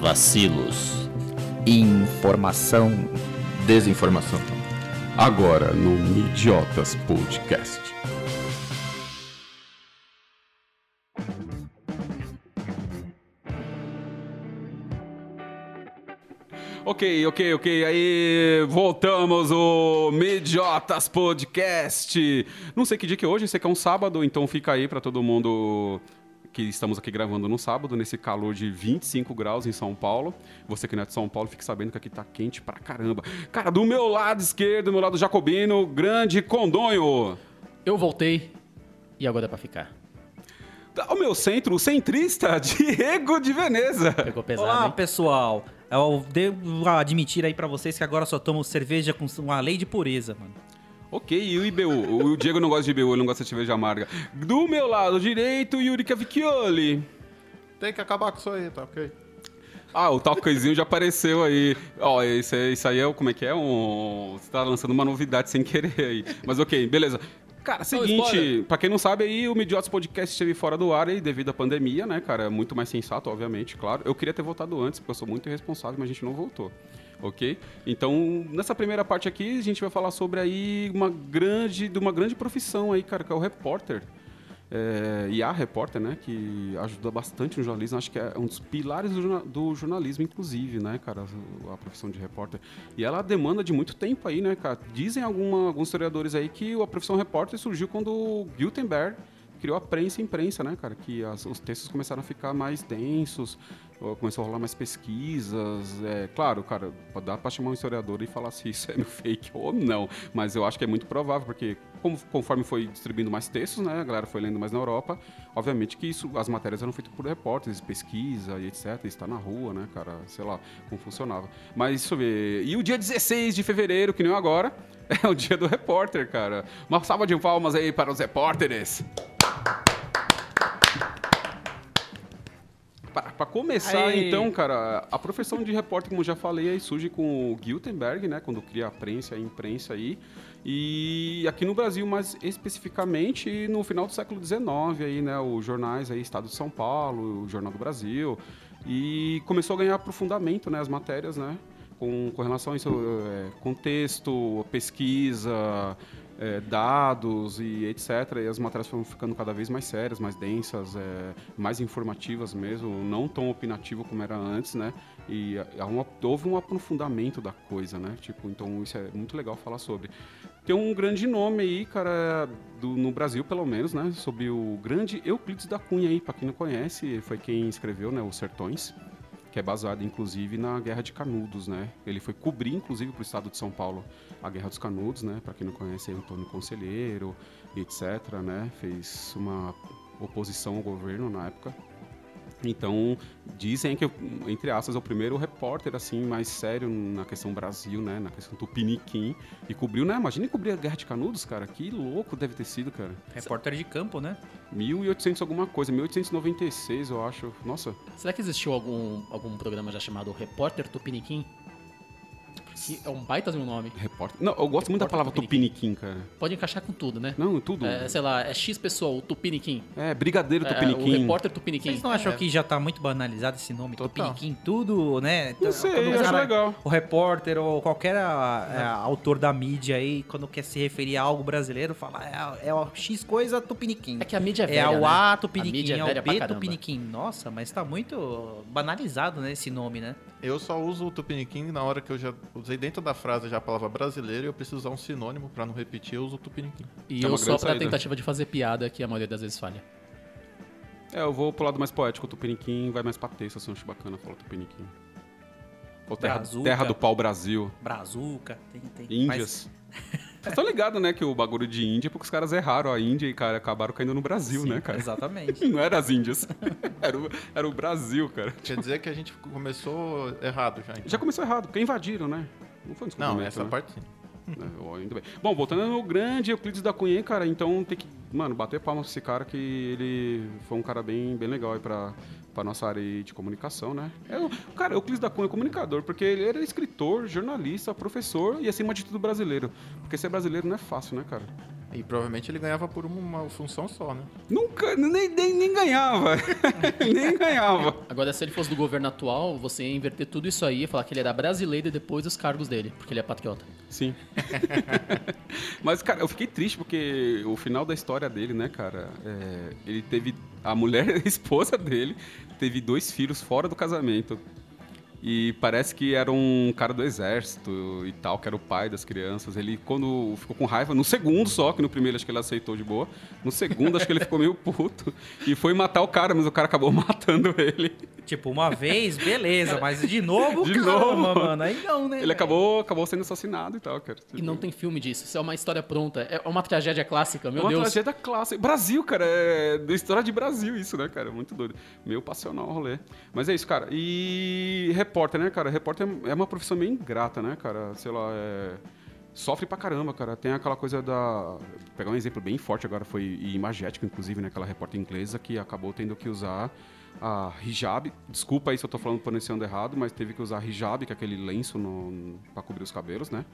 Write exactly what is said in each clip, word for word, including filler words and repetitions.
vacilos. Informação. Desinformação. Agora no Idiotas Podcast. Ok, ok, ok. Aí voltamos o Idiotas Podcast. Não sei que dia que é hoje, sei que é um sábado, então fica aí pra todo mundo que estamos aqui gravando no sábado, nesse calor de vinte e cinco graus em São Paulo. Você que não é de São Paulo, fique sabendo que aqui tá quente pra caramba. Cara, do meu lado esquerdo, do meu lado jacobino, grande Condonho. Eu voltei e agora é pra ficar. Ao meu centro, o centrista, Diego de Veneza. Pegou pesado, Olá, hein? pessoal. Eu devo admitir aí pra vocês que agora só tomo cerveja com uma lei de pureza, mano. Ok, e o I B U? O Diego não gosta de I B U, ele não gosta de cerveja amarga. Do meu lado direito, Yuri Cavicchioli. Tem que acabar com isso aí, tá ok? Ah, o Talcoizinho já apareceu aí. Ó, isso, é- isso aí é o... Como é que é? Um, você tá lançando uma novidade sem querer aí. Mas ok, beleza. Cara, seguinte, spoiler. pra quem não sabe aí, o Idiotas Podcast esteve fora do ar aí devido à pandemia, né, cara? É muito mais sensato, obviamente, claro. Eu queria ter voltado antes, porque eu sou muito irresponsável, mas a gente não voltou. Ok? Então, nessa primeira parte aqui, a gente vai falar sobre aí uma grande, de uma grande profissão aí, cara, que é o repórter. É, e a repórter, né, que ajuda bastante no jornalismo, acho que é um dos pilares do, jorna- do jornalismo, inclusive, né, cara, a, a profissão de repórter. E ela demanda de muito tempo aí, né, cara. Dizem alguma, alguns historiadores aí que a profissão repórter surgiu quando o Gutenberg criou a prensa e imprensa, né, cara, que as- os textos começaram a ficar mais densos, ó, começou a rolar mais pesquisas. É, claro, cara, dá pra chamar um historiador e falar se isso é fake ou não, mas eu acho que é muito provável, porque como- conforme foi distribuindo mais textos, né, a galera foi lendo mais na Europa, obviamente que isso, as matérias eram feitas por repórteres, pesquisa e etcétera, está na rua, né, cara, sei lá como funcionava. Mas deixa eu ver, e o dia dezesseis de fevereiro, que nem agora, é o dia do repórter, cara. Uma salva de palmas aí para os repórteres. Para começar, Aí. então, cara, a profissão de repórter, como eu já falei, aí surge com o Gutenberg, né, quando cria a prensa e a imprensa aí, e aqui no Brasil, mais especificamente, no final do século dezenove, aí, né, os jornais aí, Estado de São Paulo, o Jornal do Brasil, e começou a ganhar aprofundamento, né, as matérias, né, com, com relação a isso, é, contexto, pesquisa, é, dados e etcétera. E as matérias foram ficando cada vez mais sérias, mais densas, é, mais informativas mesmo, não tão opinativo como era antes, né? E há uma- houve um aprofundamento da coisa, né? Tipo, então isso é muito legal falar sobre. Tem um grande nome aí, cara, do- no Brasil pelo menos, né? Sobre o grande Euclides da Cunha aí, para quem não conhece, foi quem escreveu, né, Os Sertões, que é baseado, inclusive, na Guerra de Canudos, né? Ele foi cobrir, inclusive, para o estado de São Paulo a Guerra dos Canudos, né? Para quem não conhece, é Antônio Conselheiro, etcétera, né? Fez uma oposição ao governo na época. Então, dizem que, entre aspas, é o primeiro repórter, assim, mais sério na questão Brasil, né? Na questão Tupiniquim. E cobriu, né? Imagina cobrir a Guerra de Canudos, cara. Que louco deve ter sido, cara. Repórter de campo, né? mil e oitocentos alguma coisa, mil oitocentos e noventa e seis, eu acho. Nossa, Será que existiu algum, algum programa já chamado Repórter Tupiniquim? Que é um baita de um nome. repórter... Não, eu gosto muito da Repórter palavra Tupiniquim. Tupiniquim, cara. Pode encaixar com tudo, né? Não, tudo. É, sei lá, é X pessoa, o Tupiniquim. É, Brigadeiro É, Tupiniquim. o Repórter Tupiniquim. Vocês não acham que já tá muito banalizado esse nome? Total. Tupiniquim, tudo, né? Não sei, Quando o eu acho cara- legal. O repórter ou qualquer ah, é, autor da mídia aí, quando quer se referir a algo brasileiro, fala é, é o X coisa Tupiniquim. É que a mídia é É velha, o né? A A Tupiniquim, mídia é é velha o pra B caramba. Tupiniquim. Nossa, mas tá muito banalizado, né, esse nome, né? Eu só uso o Tupiniquim na hora que eu já usei dentro da frase já a palavra brasileiro e eu preciso usar um sinônimo pra não repetir, eu uso o Tupiniquim. E É uma eu só grande pra saída. tentativa de fazer piada, que a maioria das vezes falha. É, eu vou pro lado mais poético. O Tupiniquim vai mais pra texto, assim, eu acho bacana falar Tupiniquim. Ou terra, Brazuca. terra do pau Brasil. Brazuca, tem, tem. Índias. Vocês estão ligados, né, que o bagulho de Índia é porque os caras erraram a Índia e, cara, acabaram caindo no Brasil, Sim, né, cara? Exatamente. Não era as Índias. Era o, era o Brasil, cara. Quer dizer que a gente começou errado já, então. Já começou errado, porque invadiram, né? Não foi um Não, descobrimento, essa né? parte sim. É, ó, ainda bem. Bom, voltando no grande Euclides da Cunha, cara, então tem que, mano, bater palma pra esse cara, que ele foi um cara bem, bem legal aí pra, pra nossa área aí de comunicação, né? É, o- cara, Euclides da Cunha é comunicador, porque ele era escritor, jornalista, professor e acima de tudo brasileiro. Porque ser brasileiro não é fácil, né, cara? E provavelmente ele ganhava por uma função só, né? Nunca, nem, nem, nem ganhava. Nem ganhava. Agora, se ele fosse do governo atual, você ia inverter tudo isso aí e falar que ele era brasileiro e depois os cargos dele, porque ele é patriota. Sim. Mas, cara, eu fiquei triste porque o final da história dele, né, cara, é, ele teve... A mulher, a esposa dele, teve dois filhos fora do casamento. E parece que era um cara do exército e tal, que era o pai das crianças. Ele, quando ficou com raiva, no segundo só, que no primeiro acho que ele aceitou de boa, no segundo acho que ele ficou meio puto e foi matar o cara, mas o cara acabou matando ele. Tipo, uma vez, beleza, mas de novo, De caramba, novo. mano, aí não, né? Ele velho? acabou, acabou sendo assassinado e tal, cara. E não tem filme disso, isso é uma história pronta, é uma tragédia clássica, meu uma Deus. tragédia clássica. Brasil, cara, é da história de Brasil isso, né, cara? Muito doido. Meio passional o rolê. Mas é isso, cara. E repórter, né, cara? Repórter é uma profissão meio ingrata, né, cara? Sei lá, é... Sofre pra caramba, cara. Tem aquela coisa da... Vou pegar um exemplo bem forte agora, foi imagético, inclusive, né? Aquela repórter inglesa que acabou tendo que usar a hijab. Desculpa aí se eu tô falando pronunciando errado, mas teve que usar hijab, que é aquele lenço no... pra cobrir os cabelos, né?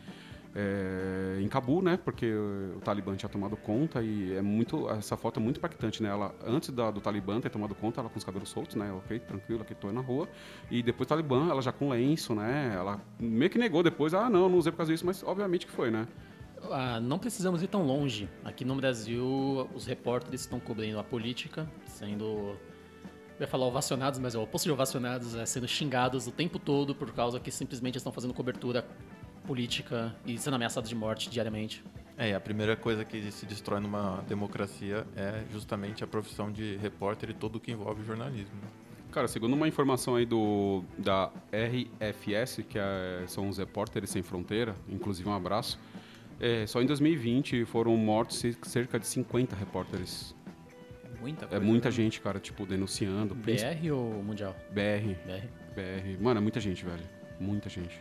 É, em Cabul, né? Porque o Talibã tinha tomado conta e é muito, essa foto é muito impactante, né? Ela, antes da, do Talibã ter tomado conta, ela com os cabelos soltos, né? Ok, tranquilo, aqui tô na rua. E depois do Talibã, ela já com lenço, né? Ela meio que negou depois, ah, não, não usei por causa disso, mas obviamente que foi, né? Ah, não precisamos ir tão longe. Aqui no Brasil, os repórteres estão cobrindo a política, sendo... Eu ia falar ovacionados, mas é o oposto de ovacionados, é sendo xingados o tempo todo por causa que simplesmente estão fazendo cobertura política e sendo ameaçados de morte diariamente. É, e a primeira coisa que se destrói numa democracia é justamente a profissão de repórter e tudo que envolve jornalismo. Né? Cara, segundo uma informação aí do, da R F S, que é, são os Repórteres Sem Fronteira, inclusive um abraço, é, só em dois mil e vinte foram mortos cerca de cinquenta repórteres. Muita É coisa, muita né? gente, cara, tipo, denunciando. B R ou mundial? B R. B R. B R. Mano, é muita gente, velho. Muita gente.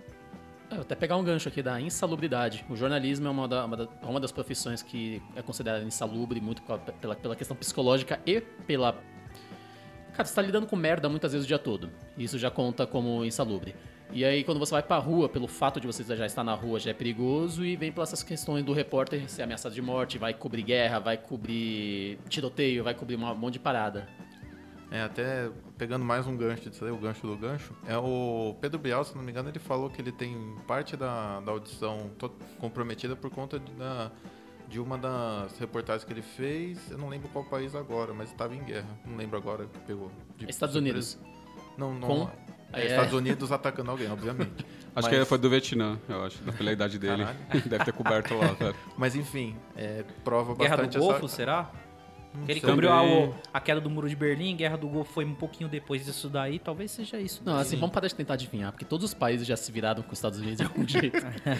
Eu vou até pegar um gancho aqui da insalubridade. O jornalismo é uma, da, uma, da, uma das profissões que é considerada insalubre, muito pela, pela questão psicológica e pela... Cara, você tá lidando com merda muitas vezes o dia todo. Isso já conta como insalubre. E aí, quando você vai pra rua, pelo fato de você já estar na rua, já é perigoso, e vem pelas essas questões do repórter ser ameaçado de morte, vai cobrir guerra, vai cobrir tiroteio, vai cobrir um monte de parada. É, até pegando mais um gancho disso aí, o gancho do gancho, é o Pedro Bial, se não me engano, ele falou que ele tem parte da, da audição comprometida por conta de, da, de uma das reportagens que ele fez, eu não lembro qual país agora, mas estava em guerra, não lembro agora o que pegou. de Estados surpresa. Unidos. Não, não. Com? É, É. Estados Unidos atacando alguém, obviamente. Acho Mas- que foi do Vietnã, eu acho, pela idade dele. Deve ter coberto lá, cara. Mas enfim, é, prova Guerra do bastante Golfo, essa... será? Não Que ele sei. cobriu a, Também. o- a queda do Muro de Berlim, Guerra do Golfo foi um pouquinho depois disso daí, talvez seja isso. Não, assim, vamos parar de tentar adivinhar, porque todos os países já se viraram com os Estados Unidos de algum jeito.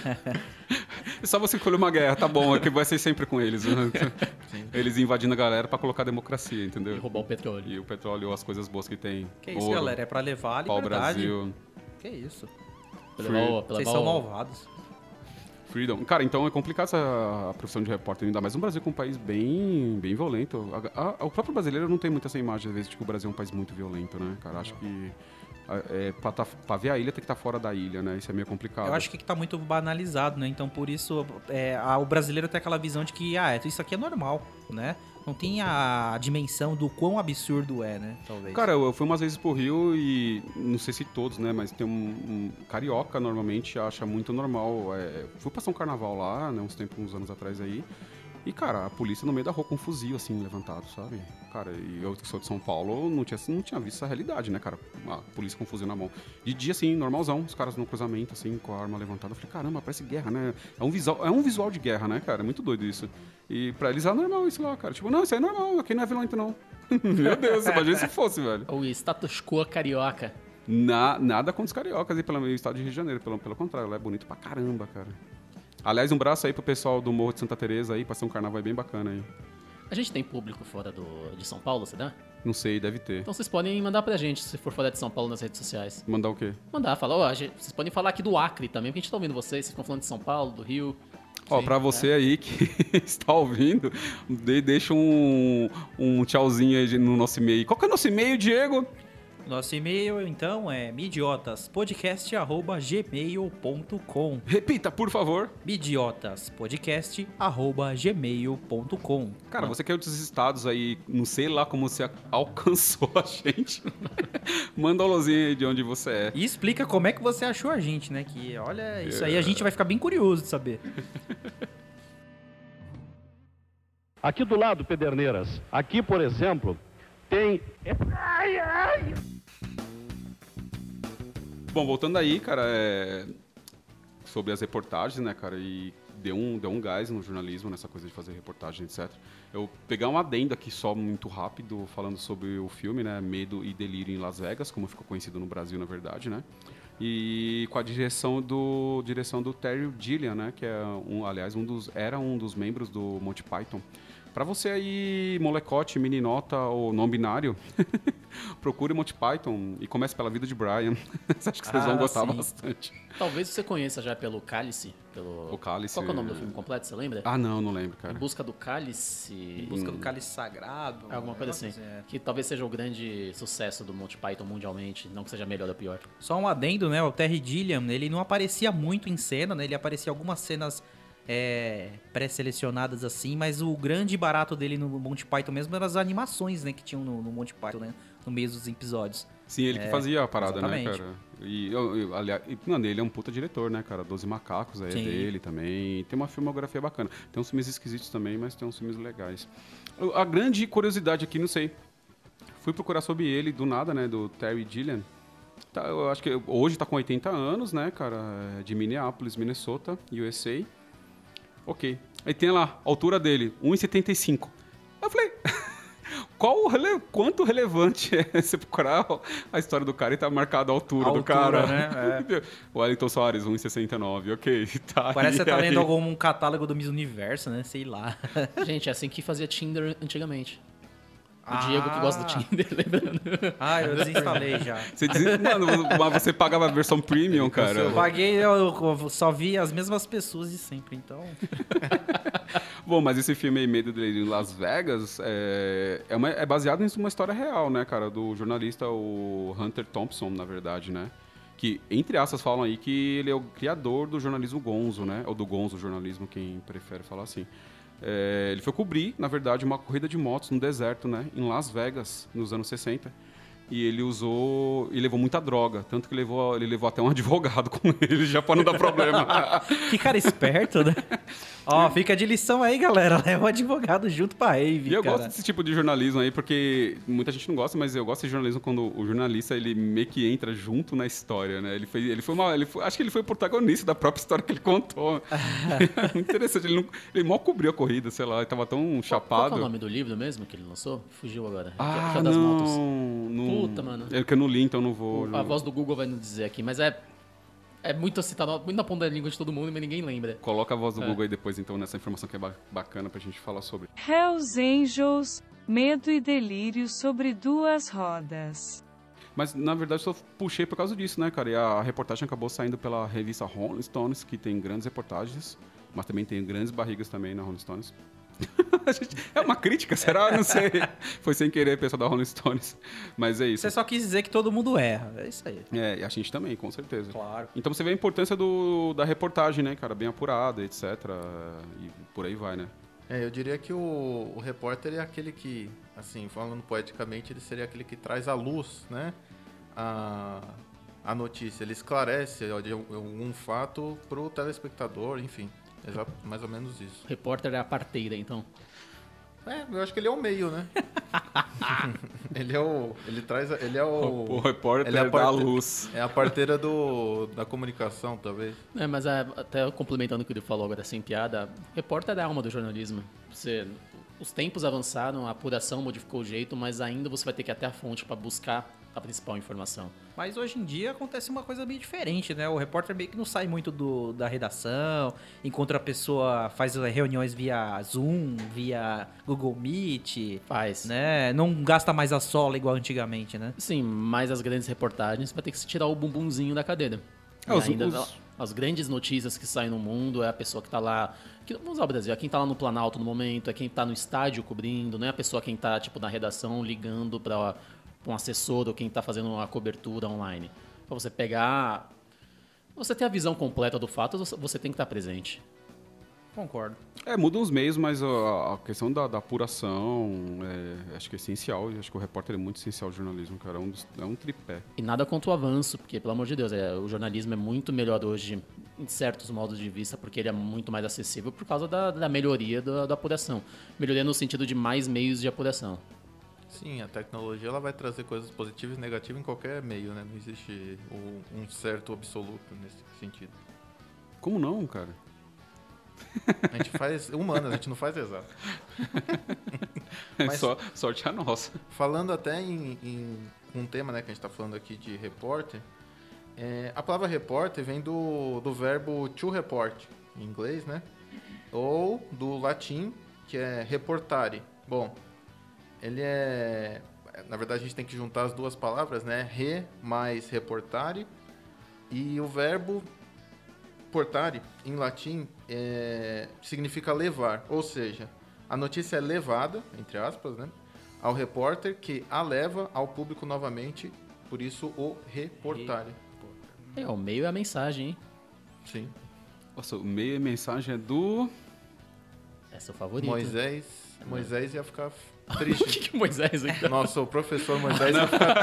É só você escolher uma guerra, tá bom, é que vai ser sempre com eles. Né? Eles invadindo a galera pra colocar democracia, entendeu? E roubar o petróleo. E o petróleo, as coisas boas que tem. Que isso, Ouro, galera? É pra levar a Pau liberdade. Brasil, Que isso? Pra levar o- pra Vocês levar são o- malvados. freedom. Cara, então é complicado essa a profissão de repórter, ainda mais no Brasil, que é um país bem, bem violento. A- a- o próprio brasileiro não tem muito essa imagem, às vezes, de que o Brasil é um país muito violento, né, cara? Acho que é, pra, tá, pra ver a ilha tem que estar fora da ilha, né? Isso é meio complicado. Eu acho que tá muito banalizado, né? Então, por isso, é, a- o brasileiro tem aquela visão de que, ah, isso aqui é normal, né? Não tem a dimensão do quão absurdo é, né? Talvez. Cara, eu, eu fui umas vezes pro Rio e não sei se todos, né? Mas tem um, um carioca normalmente acha muito normal. É, fui passar um carnaval lá, né? Uns tempos, uns anos atrás aí. E, cara, a polícia no meio da rua com um fuzil, assim, levantado, sabe? Cara, e eu que sou de São Paulo, não tinha, não tinha visto essa realidade, né, cara? A polícia com um fuzil na mão. De dia, assim, normalzão, os caras no cruzamento, assim, com a arma levantada. Eu falei, caramba, parece guerra, né? É um visual, é um visual de guerra, né, cara? É muito doido isso. E pra eles é normal isso lá, cara. Tipo, não, isso aí é normal, aqui não é violento, não. Meu Deus, imagina se fosse, velho. O status quo carioca. Na, nada contra os cariocas e pelo estado de Rio de Janeiro, pelo, pelo contrário, ela é bonito pra caramba, cara. Aliás, um braço aí pro pessoal do Morro de Santa Teresa aí, pra ser um carnaval bem bacana aí. A gente tem público fora do, de São Paulo, você dá? Não sei, deve ter. Então vocês podem mandar pra gente, se for fora de São Paulo, nas redes sociais. Mandar o quê? Mandar, falar, ó, a gente- vocês podem falar aqui do Acre também, porque a gente tá ouvindo vocês, vocês estão falando de São Paulo, do Rio. Ó, pra você aí que está ouvindo, de- deixa um, um tchauzinho aí no nosso e-mail. Qual que é o nosso e-mail, Diego? Nosso e-mail, então, é midiotaspodcast arroba gmail ponto com. Repita, por favor. midiotaspodcast arroba gmail ponto com. Cara, você que é de outros estados aí, não sei lá como você alcançou a gente. Manda um alôzinho aí de onde você é. E explica como é que você achou a gente, né? Que, olha, isso aí a gente vai ficar bem curioso de saber. Aqui do lado, Pederneiras, aqui, por exemplo, tem... Ai, ai. Bom, voltando aí, cara, é... sobre as reportagens, né, cara, e deu um, deu um gás no jornalismo, nessa coisa de fazer reportagem, etcétera. Eu pegar um adendo aqui só muito rápido, falando sobre o filme, né, Medo e Delírio em Las Vegas, como ficou conhecido no Brasil, na verdade, né, e com a direção do, direção do Terry Gilliam, né, que é, um, aliás, um dos, era um dos membros do Monty Python. Pra você aí, molecote, meninota ou não binário, procure Monty Python e comece pela vida de Brian. Acho que vocês Ah, vão gostar sim. bastante. Talvez você conheça já pelo Cálice. Pelo... O Cálice. Qual que é o nome do filme completo, você lembra? Ah, não, não lembro, cara. Em Busca do Cálice. Em busca do cálice sagrado. Alguma coisa assim. É. Que talvez seja o grande sucesso do Monty Python mundialmente. Não que seja melhor ou pior. Só um adendo, né? O Terry Gilliam, ele não aparecia muito em cena, né? Ele aparecia em algumas cenas é, pré-selecionadas assim, mas o grande barato dele no Monty Python mesmo eram as animações, né? Que tinham no, no Monty Python, né? No meio dos episódios. Sim, ele que fazia a parada, exatamente. né, cara? E, eu, eu, aliás, e, mano, ele é um puta diretor, né, cara? Doze Macacos aí é Sim. dele também. Tem uma filmografia bacana. Tem uns filmes esquisitos também, mas tem uns filmes legais. A grande curiosidade aqui, não sei. Fui procurar sobre ele do nada, né? Do Terry Gilliam. Tá, eu acho que hoje tá com oitenta anos, né, cara? É de Minneapolis, Minnesota, U S A. Ok. Aí tem lá, a altura dele, um e setenta e cinco. Eu falei, qual o rele... quanto relevante é você procurar a história do cara e tá marcada a altura, A do altura, cara? né? É. O Wellington Soares, um e sessenta e nove, ok. Tá Parece que aí, você tá aí. lendo algum catálogo do Miss Universo, né? Sei lá. Gente, é assim que fazia Tinder antigamente. O Ah. Diego que gosta do Tinder, lembrando. Ah, eu desinstalei já. Você diz, mano, mas você pagava a versão premium, cara. Eu paguei, eu só vi as mesmas pessoas de sempre, então... Bom, mas esse filme aí, Medo dele em Las Vegas, é, é, uma- é baseado em uma história real, né, cara? Do jornalista, o Hunter Thompson, na verdade, né? Que, entre aspas, falam aí que ele é o criador do jornalismo gonzo, né? Ou do gonzo jornalismo, quem prefere falar assim. É, ele foi cobrir, na verdade, uma corrida de motos no deserto, né? Em Las Vegas, nos anos sessenta. E ele usou... e levou muita droga. Tanto que levou, ele levou até um advogado com ele, já pra não dar problema. Que cara esperto, né? Ó, fica de lição aí, galera. Leva o advogado junto pra rave, E eu cara. gosto desse tipo de jornalismo aí, porque muita gente não gosta, mas eu gosto de jornalismo quando o jornalista, ele meio que entra junto na história, né? Ele foi, ele foi uma, ele foi, acho que ele foi o protagonista da própria história que ele contou. Muito interessante, ele, não, ele mal cobriu a corrida, sei lá, ele tava tão Qual, chapado. qual que é o nome do livro mesmo que ele lançou? Fugiu agora. Ah, Que é das não, motos. não. Puta, mano. É que eu não li, então não vou. A voz do Google vai nos dizer aqui, mas é... É muito citado, muito na ponta da língua de todo mundo, mas ninguém lembra. Coloca a voz do É. Google aí depois, então, nessa informação que é ba- bacana pra gente falar sobre. Hells Angels, Medo e Delírio sobre Duas Rodas. Mas, na verdade, só puxei por causa disso, né, cara? E a reportagem acabou saindo pela revista Rolling Stones, que tem grandes reportagens, mas também tem grandes barrigas também na Rolling Stones. A gente- é uma crítica, será? Não sei. Foi sem querer, pessoal da Rolling Stones. Mas é isso. Você só quis dizer que todo mundo erra. É isso aí. É, e a gente também, com certeza. Claro. Então você vê a importância do, da reportagem, né, cara? Bem apurada, etcétera. E por aí vai, né? É, eu diria que o, o repórter é aquele que, assim, falando poeticamente, ele seria aquele que traz à luz, né, a, a notícia. Ele esclarece de algum fato pro telespectador, enfim. Exato, mais ou menos isso. O repórter é a parteira, então. É, eu acho que ele é o meio, né? ele é o... Ele traz... a- Ele é o... O repórter ele é a da parte- luz. É a parteira do, da comunicação, talvez. É, mas é, até complementando o que ele falou agora, sem piada, repórter é a alma do jornalismo. Você, os tempos avançaram, a apuração modificou o jeito, mas ainda você vai ter que ir até a fonte para buscar a principal informação. Mas hoje em dia acontece uma coisa meio diferente, né? O repórter meio que não sai muito do, da redação, encontra a pessoa, faz reuniões via Zoom, via Google Meet, Faz. né? Não gasta mais a sola igual antigamente, né? Sim, mas as grandes reportagens vai ter que se tirar o bumbumzinho da cadeira. É, E os- ainda, os- as grandes notícias que saem no mundo é a pessoa que tá lá. Que, vamos usar o Brasil, é quem tá lá no Planalto no momento, é quem tá no estádio cobrindo, não é a pessoa quem tá, tipo, na redação ligando pra um assessor ou quem está fazendo a cobertura online. Para você pegar... Você ter a visão completa do fato, você tem que estar presente. Concordo. É, mudam os meios, mas a, a questão da, da apuração é, acho que é essencial. Acho que o repórter é muito essencial do jornalismo, cara. É um, dos, é um tripé. E nada contra o avanço, porque, pelo amor de Deus, é, o jornalismo é muito melhor hoje em certos modos de vista, porque ele é muito mais acessível por causa da, da melhoria da, da apuração. Melhoria no sentido de mais meios de apuração. Sim, a tecnologia ela vai trazer coisas positivas e negativas em qualquer meio, né? Não existe o- um certo absoluto nesse sentido. Como não, cara? A gente faz humanas, a gente não faz exato. Mas- Só, sorte a nossa. Falando até em, em um tema, né, que a gente está falando aqui de repórter, é, a palavra repórter vem do, do verbo to report, em inglês, né? Ou do latim, que é reportare. Bom, ele é... Na verdade, a gente tem que juntar as duas palavras, né? Re mais reportare. E o verbo portare, em latim, é, significa levar. Ou seja, a notícia é levada, entre aspas, né? Ao repórter que a leva ao público novamente. Por isso, o reportare. É, o meio é a mensagem, hein? Sim. Nossa, o meio e mensagem é do... É seu favorito. Moisés, Moisés ia ficar O triste. que, que Moisés então? Nossa, o professor Moisés ia ficar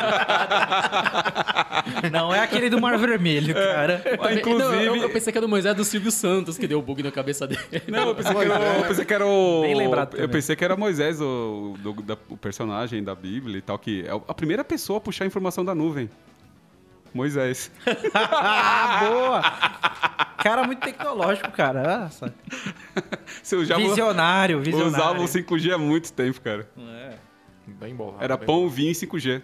Não é aquele do Mar Vermelho, cara. Ah, inclusive... Não, eu, eu pensei que era o Moisés do Silvio Santos que deu bug na cabeça dele. Não, eu pensei que era, eu pensei que era o... Bem lembrado Eu também. pensei que era Moisés, o, do, da- o personagem da Bíblia e tal, que é a primeira pessoa a puxar a informação da nuvem. Moisés. Ah, boa! Cara, muito tecnológico, cara. Nossa. Você usava, Visionário, visionário. usava o cinco G há muito tempo, cara. É. bem bolado. Era bem pão, vinho e cinco G.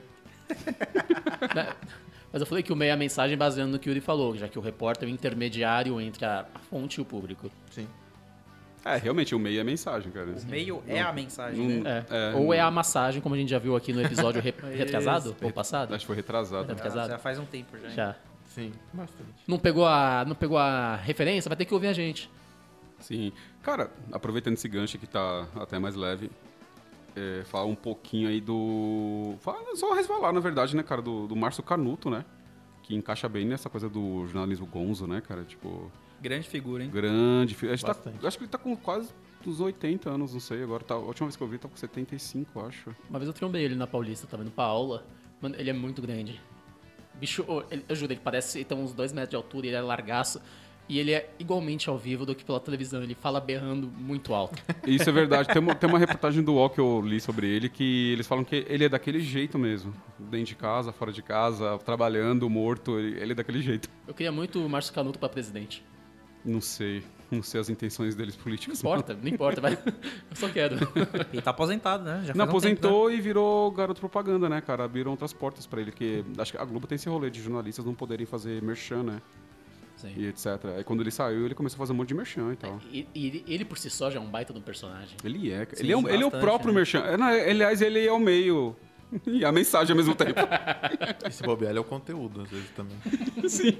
Mas eu falei que o meio é a mensagem baseando no que o Yuri falou, já que o repórter é o intermediário entre a a fonte e o público. Sim. É, realmente, o meio é mensagem, cara. O meio é a mensagem, Não- né? É. É, Ou é não- a massagem, como a gente já viu aqui no episódio re- retrasado ou passado. Acho que foi retrasado. Retrasado. Já, já faz um tempo já. hein? Já. Sim, bastante. Não pegou, a, não pegou a referência? Vai ter que ouvir a gente. Sim. Cara, aproveitando esse gancho que tá até mais leve, é, falar um pouquinho aí do... Fala, só resvalar, na verdade, né, cara, do, do Márcio Canuto, né? Que encaixa bem nessa coisa do jornalismo gonzo, né, cara? Tipo, Grande figura, hein? grande... fi- Acho, que tá- Bastante. acho que ele tá com quase uns oitenta anos, não sei agora. Tá, a última vez que eu vi, tá com setenta e cinco, acho. Uma vez eu trombei ele na Paulista, tava indo pra aula. Mano, ele é muito grande. Bicho, ô, ele, eu juro, ele parece ter uns dois metros de altura e ele é largaço. E ele é igualmente ao vivo do que pela televisão. Ele fala berrando muito alto. Isso é verdade. Tem uma, tem uma reportagem do U O L que eu li sobre ele que eles falam que ele é daquele jeito mesmo. Dentro de casa, fora de casa, trabalhando, morto. Ele, ele é daquele jeito. Eu queria muito o Márcio Canuto pra presidente. Não sei. Não sei as intenções deles Não políticas. importa, não importa, vai. Eu só quero. Ele tá aposentado, né? Já Não, faz um tempo, aposentou e virou garoto propaganda, né, cara? Abriram outras portas pra ele, que acho que a Globo tem esse rolê de jornalistas não poderem fazer merchan, né? Sim. E etcétera. Aí quando ele saiu, ele começou a fazer um monte de merchan e tal. E, e ele, ele por si só já é um baita de um personagem. Ele é, cara. Sim, ele, é, um- ele é o bastante, próprio né? merchan. É, não, aliás, ele é o meio e a mensagem ao mesmo tempo. E se bobear, ele é o conteúdo, às vezes, também. Sim.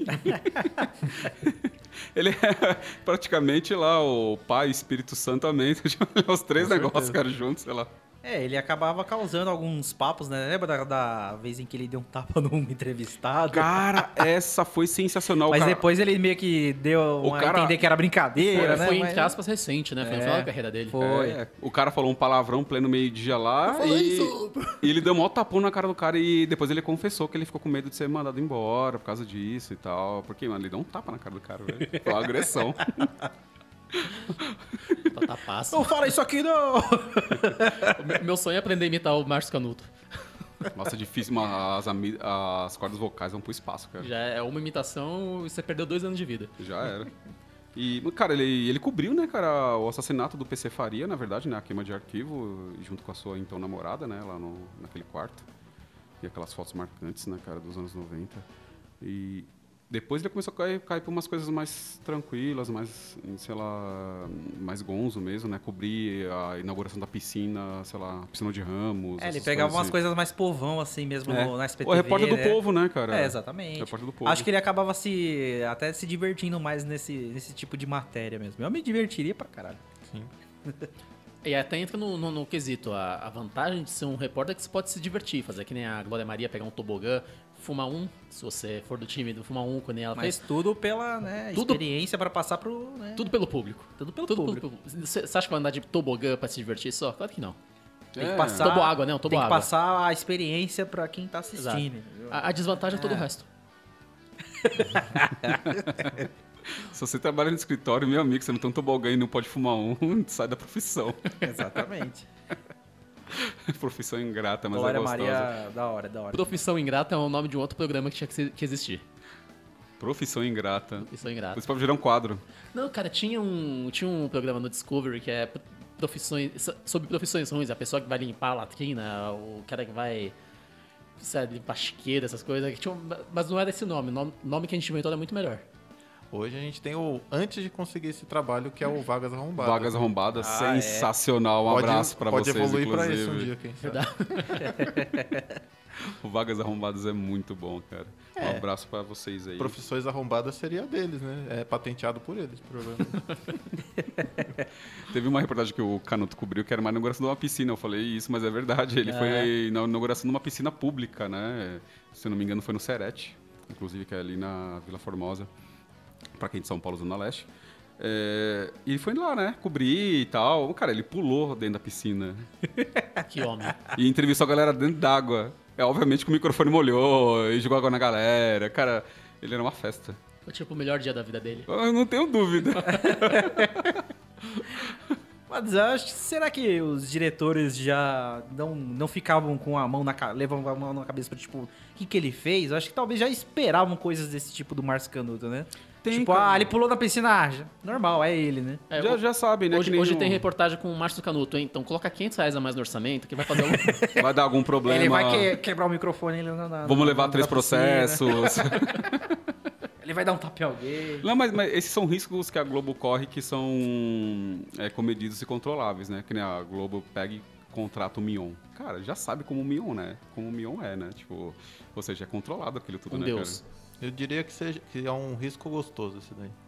Ele é praticamente lá o Pai, Espírito Santo, Amém. Os três Com negócios, certeza. cara, juntos, sei lá. É, ele acabava causando alguns papos, né? Lembra da, da vez em que ele deu um tapa num entrevistado? Cara, essa foi sensacional, Mas cara. depois ele meio que deu O a cara- entender que era brincadeira, Foi, né? foi Mas- entre aspas, recente, né? Foi no É. final da carreira dele. Foi. É, o cara falou um palavrão pleno meio-dia lá e, e ele deu um maior tapão na cara do cara e depois ele confessou que ele ficou com medo de ser mandado embora por causa disso e tal. Porque, mano, ele deu um tapa na cara do cara, velho. Foi uma agressão. Pra tapaço. Não fala isso aqui, não! Meu- Meu sonho é aprender a imitar o Márcio Canuto. Nossa, é difícil, mas as, ami- as cordas vocais vão pro espaço, cara. Já é uma imitação e você perdeu dois anos de vida. Já era. E, cara, ele, ele cobriu, né, cara, o assassinato do P C Faria, na verdade, né, a queima de arquivo, junto com a sua, então, namorada, né, lá no, naquele quarto. E aquelas fotos marcantes, né, cara, dos anos noventa. E depois ele começou a cair, cair por umas coisas mais tranquilas, mais, sei lá, mais gonzo mesmo, né, cobrir a inauguração da piscina, sei lá, piscina de Ramos. É, ele essas pegava umas assim. coisas mais povão, assim mesmo, É. no, na S P T O V. repórter do né? povo, né, cara? É, exatamente. Repórter do povo. Acho que ele acabava se até se divertindo mais nesse, nesse tipo de matéria mesmo. Eu me divertiria pra caralho. E até entra no, no, no quesito. A, a vantagem de ser um repórter é que você pode se divertir, fazer que nem a Glória Maria, pegar um tobogã, fumar um, se você for do time, fumar um quando ela Mas fez. tudo pela né, Tudo- experiência pra passar pro. Né, Tudo pelo público. tudo pelo Tudo público. pelo público. Você você acha que vai andar de tobogã pra se divertir só? Claro que não. Tem que É. passar. Toboágua, né? Um Tem que toboágua. passar a experiência pra quem tá assistindo. Exato. entendeu? A, a desvantagem é todo o resto. Se você trabalha no escritório, meu amigo, você não tem um tobogã e não pode fumar um, sai da profissão. Exatamente. Profissão ingrata, mas Glória é gostosa. Maria, da hora, da hora. Profissão Ingrata é o nome de um outro programa que tinha que, se- que existir. Profissão ingrata. Profissão Ingrata. Isso pode virar um quadro. Não, cara, tinha um, tinha um programa no Discovery que é profissões, so- sobre profissões ruins. A pessoa que vai limpar a latrina, o cara que vai sabe, limpar chiqueira, essas coisas. Que tinha um- mas não era esse nome. O nome, nome que a gente inventou era muito melhor. Hoje a gente tem o antes de conseguir esse trabalho, que é o Vagas Arrombadas. Vagas arrombadas, Ah, é. sensacional. Um Pode- abraço pra pode vocês, evoluir inclusive. pra isso um dia, quem sabe. O Vagas Arrombadas é muito bom, cara. Um É. abraço pra vocês aí. Profissões arrombadas seria deles, né? É patenteado por eles, provavelmente. Teve uma reportagem que o Canuto cobriu que era uma inauguração de uma piscina. Eu falei isso, mas é verdade. Ele É. foi na inauguração de uma piscina pública, né? Se eu não me engano, foi no Serete, inclusive, que é ali na Vila Formosa, pra quem é de São Paulo, Zona Leste. É, e foi lá, né? Cobrir e tal. Cara, ele pulou dentro da piscina Que homem. e entrevistou a galera dentro d'água. É, obviamente que o microfone molhou e jogou água na galera. Cara, ele era uma festa. Foi tipo o melhor dia da vida dele. Eu não tenho dúvida. Mas eu acho, será que os diretores já não, não ficavam com a mão na cabeça, levavam a mão na cabeça pra, tipo, o que, que ele fez? Eu acho que talvez já esperavam coisas desse tipo do Márcio Canuto, né? Tem, tipo, cara. ah, ele pulou na piscina, ah, já- normal, é ele, né? É, já, o- já sabem, né? que Hoje, nem hoje o- tem reportagem com o Márcio Canuto, hein? Então coloca quinhentos reais a mais no orçamento que vai fazer um... Vai dar algum problema. Ele vai que- quebrar o microfone ele na, na, Vamos na- levar na três piscina. processos. Ele vai dar um tapa em alguém. Não, mas, mas esses são riscos que a Globo corre que são é, comedidos e controláveis, né? Que nem a Globo pega e contrata o Mion. Cara, já sabe como o Mion, né? Como o Mion é, né? Tipo, ou seja, é controlado aquilo tudo, Um né, Deus. cara? Eu diria que, seja, que é um risco gostoso esse daí.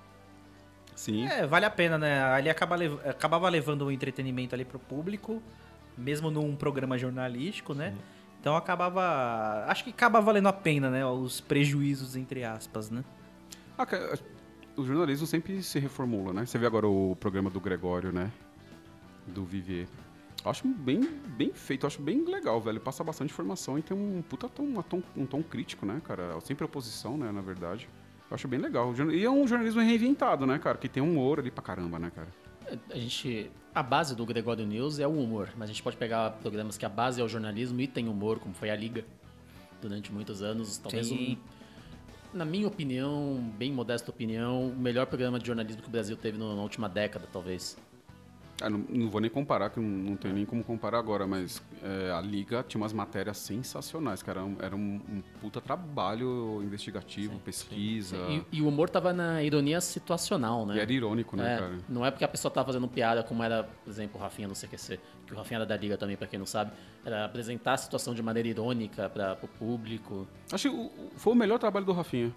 Sim. É, vale a pena, né? Ele acaba lev- acabava levando o entretenimento ali pro público, mesmo num programa jornalístico, né? Então acabava. Acho que acaba valendo a pena, né? Os prejuízos, entre aspas, né? Ah, cara, o jornalismo sempre se reformula, né? Você vê agora o programa do Gregório, né? Do Vivier. Eu acho bem, bem feito, eu acho bem legal, velho. Passa bastante informação e tem um puta tom, um tom, um tom crítico, né, cara? Sempre oposição, né, na verdade. Eu acho bem legal. E é um jornalismo reinventado, né, cara? Que tem um humor ali pra caramba, né, cara? A gente... A base do Gregório News é o humor, mas a gente pode pegar programas que a base é o jornalismo e tem humor, como foi a Liga, durante muitos anos. Talvez, Sim. um, na minha opinião, bem modesta opinião, o melhor programa de jornalismo que o Brasil teve no- na última década, talvez. Ah, não, não vou nem comparar, que não, não tenho nem como comparar agora, mas é, a Liga tinha umas matérias sensacionais, cara. Era um, era um, um puta trabalho investigativo, pesquisa. E, e o humor tava na ironia situacional, né? E era irônico, né, É, cara? não é porque a pessoa tá fazendo piada, como era, por exemplo, o Rafinha no C Q C, que o Rafinha era da Liga também, pra quem não sabe, era apresentar a situação de maneira irônica para o público. Acho que o- o- foi o melhor trabalho do Rafinha.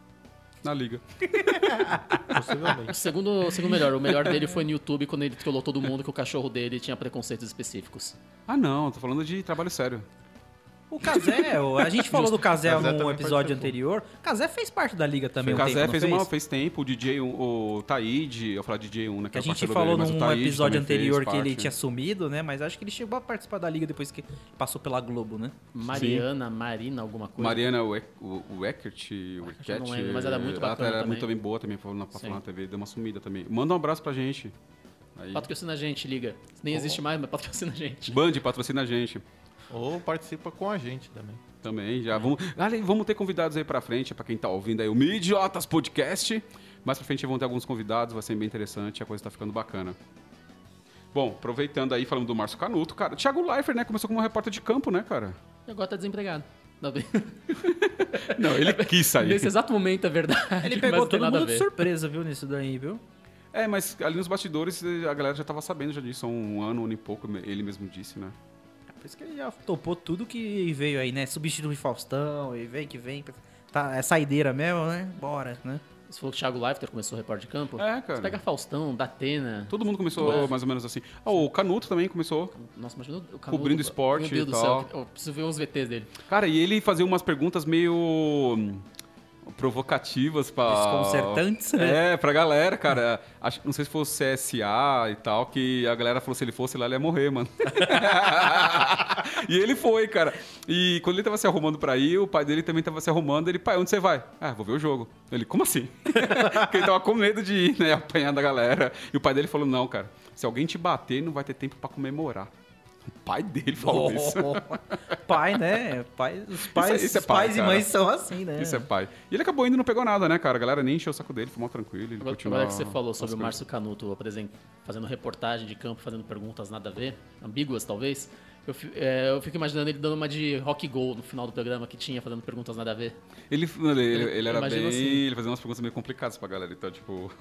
Na Liga. Possivelmente. O segundo, o segundo melhor, o melhor dele foi no YouTube, quando ele trollou todo mundo que o cachorro dele tinha preconceitos específicos. Ah, não, tô falando de trabalho sério. O Kazé, o- a gente falou do Kazé Kazé num também episódio participou. anterior. Kazé fez parte da liga também. O um Kazé tempo, não fez, fez? uma, fez tempo, o D J, um, o Taíde, eu falar D J um, né? Que a é o gente parceiro falou dele, mas o num Taíde episódio também fez anterior que ele parte. tinha sumido, né? Mas acho que ele chegou a participar da liga depois que passou pela Globo, né? Mariana, Marina, alguma coisa. Mariana Weck- o- o Eckert, o eu Eckert, não lembro, mas era muito ela bacana era também. muito bem boa também, falando na, pra Sim. falar na T V, deu uma sumida também. Manda um abraço pra gente. Aí. Patrocina a gente, liga. Nem existe mais, mas patrocina a gente. Band, patrocina a gente. Ou participa com a gente também. Também, já vamos. Ali, vamos ter convidados aí pra frente, pra quem tá ouvindo aí o Midiotas Podcast. Mais pra frente vão ter alguns convidados, vai ser bem interessante, a coisa tá ficando bacana. Bom, aproveitando aí, falando do Márcio Canuto, cara, Thiago Leifert, né, começou como repórter de campo, né, cara? E agora tá desempregado. Não, Não, ele quis sair. Nesse exato momento é verdade. Ele mas pegou não tem todo nada a mundo de ver. surpresa, viu, nisso daí, viu? É, mas ali nos bastidores a galera já tava sabendo já disso há um ano, um ano e pouco, ele mesmo disse, né? Por isso que ele já topou tudo que veio aí, né? Substituir Faustão, e vem que vem. Tá, é saideira mesmo, né? Bora, né? Você falou que o Thiago Leifert começou o repórter de campo. É, cara. Você pega Faustão, Datena. Todo mundo começou É. mais ou menos assim. Ah, o Canuto também começou. Nossa, imagina o Canuto. Cobrindo esporte Meu Deus e do tal. céu, eu preciso ver uns V Tês dele. Cara, e ele fazia umas perguntas meio hum, provocativas pra... Desconcertantes, né? É, pra galera, cara. Acho, não sei se fosse C S A e tal, que a galera falou se ele fosse lá, ele ia morrer, mano. E ele foi, cara. E quando ele tava se arrumando pra ir, o pai dele também tava se arrumando. Ele, pai, onde você vai? Ah, vou ver o jogo. Ele, como assim? Porque ele tava com medo de ir, né, apanhar da galera. E o pai dele falou, não, cara, se alguém te bater, não vai ter tempo pra comemorar. O pai dele falou isso. Pai, né? Pai, os pais, Isso é- isso é os pai, pais e cara. mães são assim, né? Isso é pai. E ele acabou indo e não pegou nada, né, cara? A galera nem encheu o saco dele, foi mal tranquilo. Ele Agora, continuou agora que você falou sobre as o coisas. Márcio Canuto apresent... fazendo reportagem de campo, fazendo perguntas nada a ver, ambíguas talvez, eu, fi- é, eu fico imaginando ele dando uma de rock go no final do programa que tinha, fazendo perguntas nada a ver. Ele, ele, ele, ele era bem... imagino assim. Ele fazia umas perguntas meio complicadas pra galera. Então, tipo...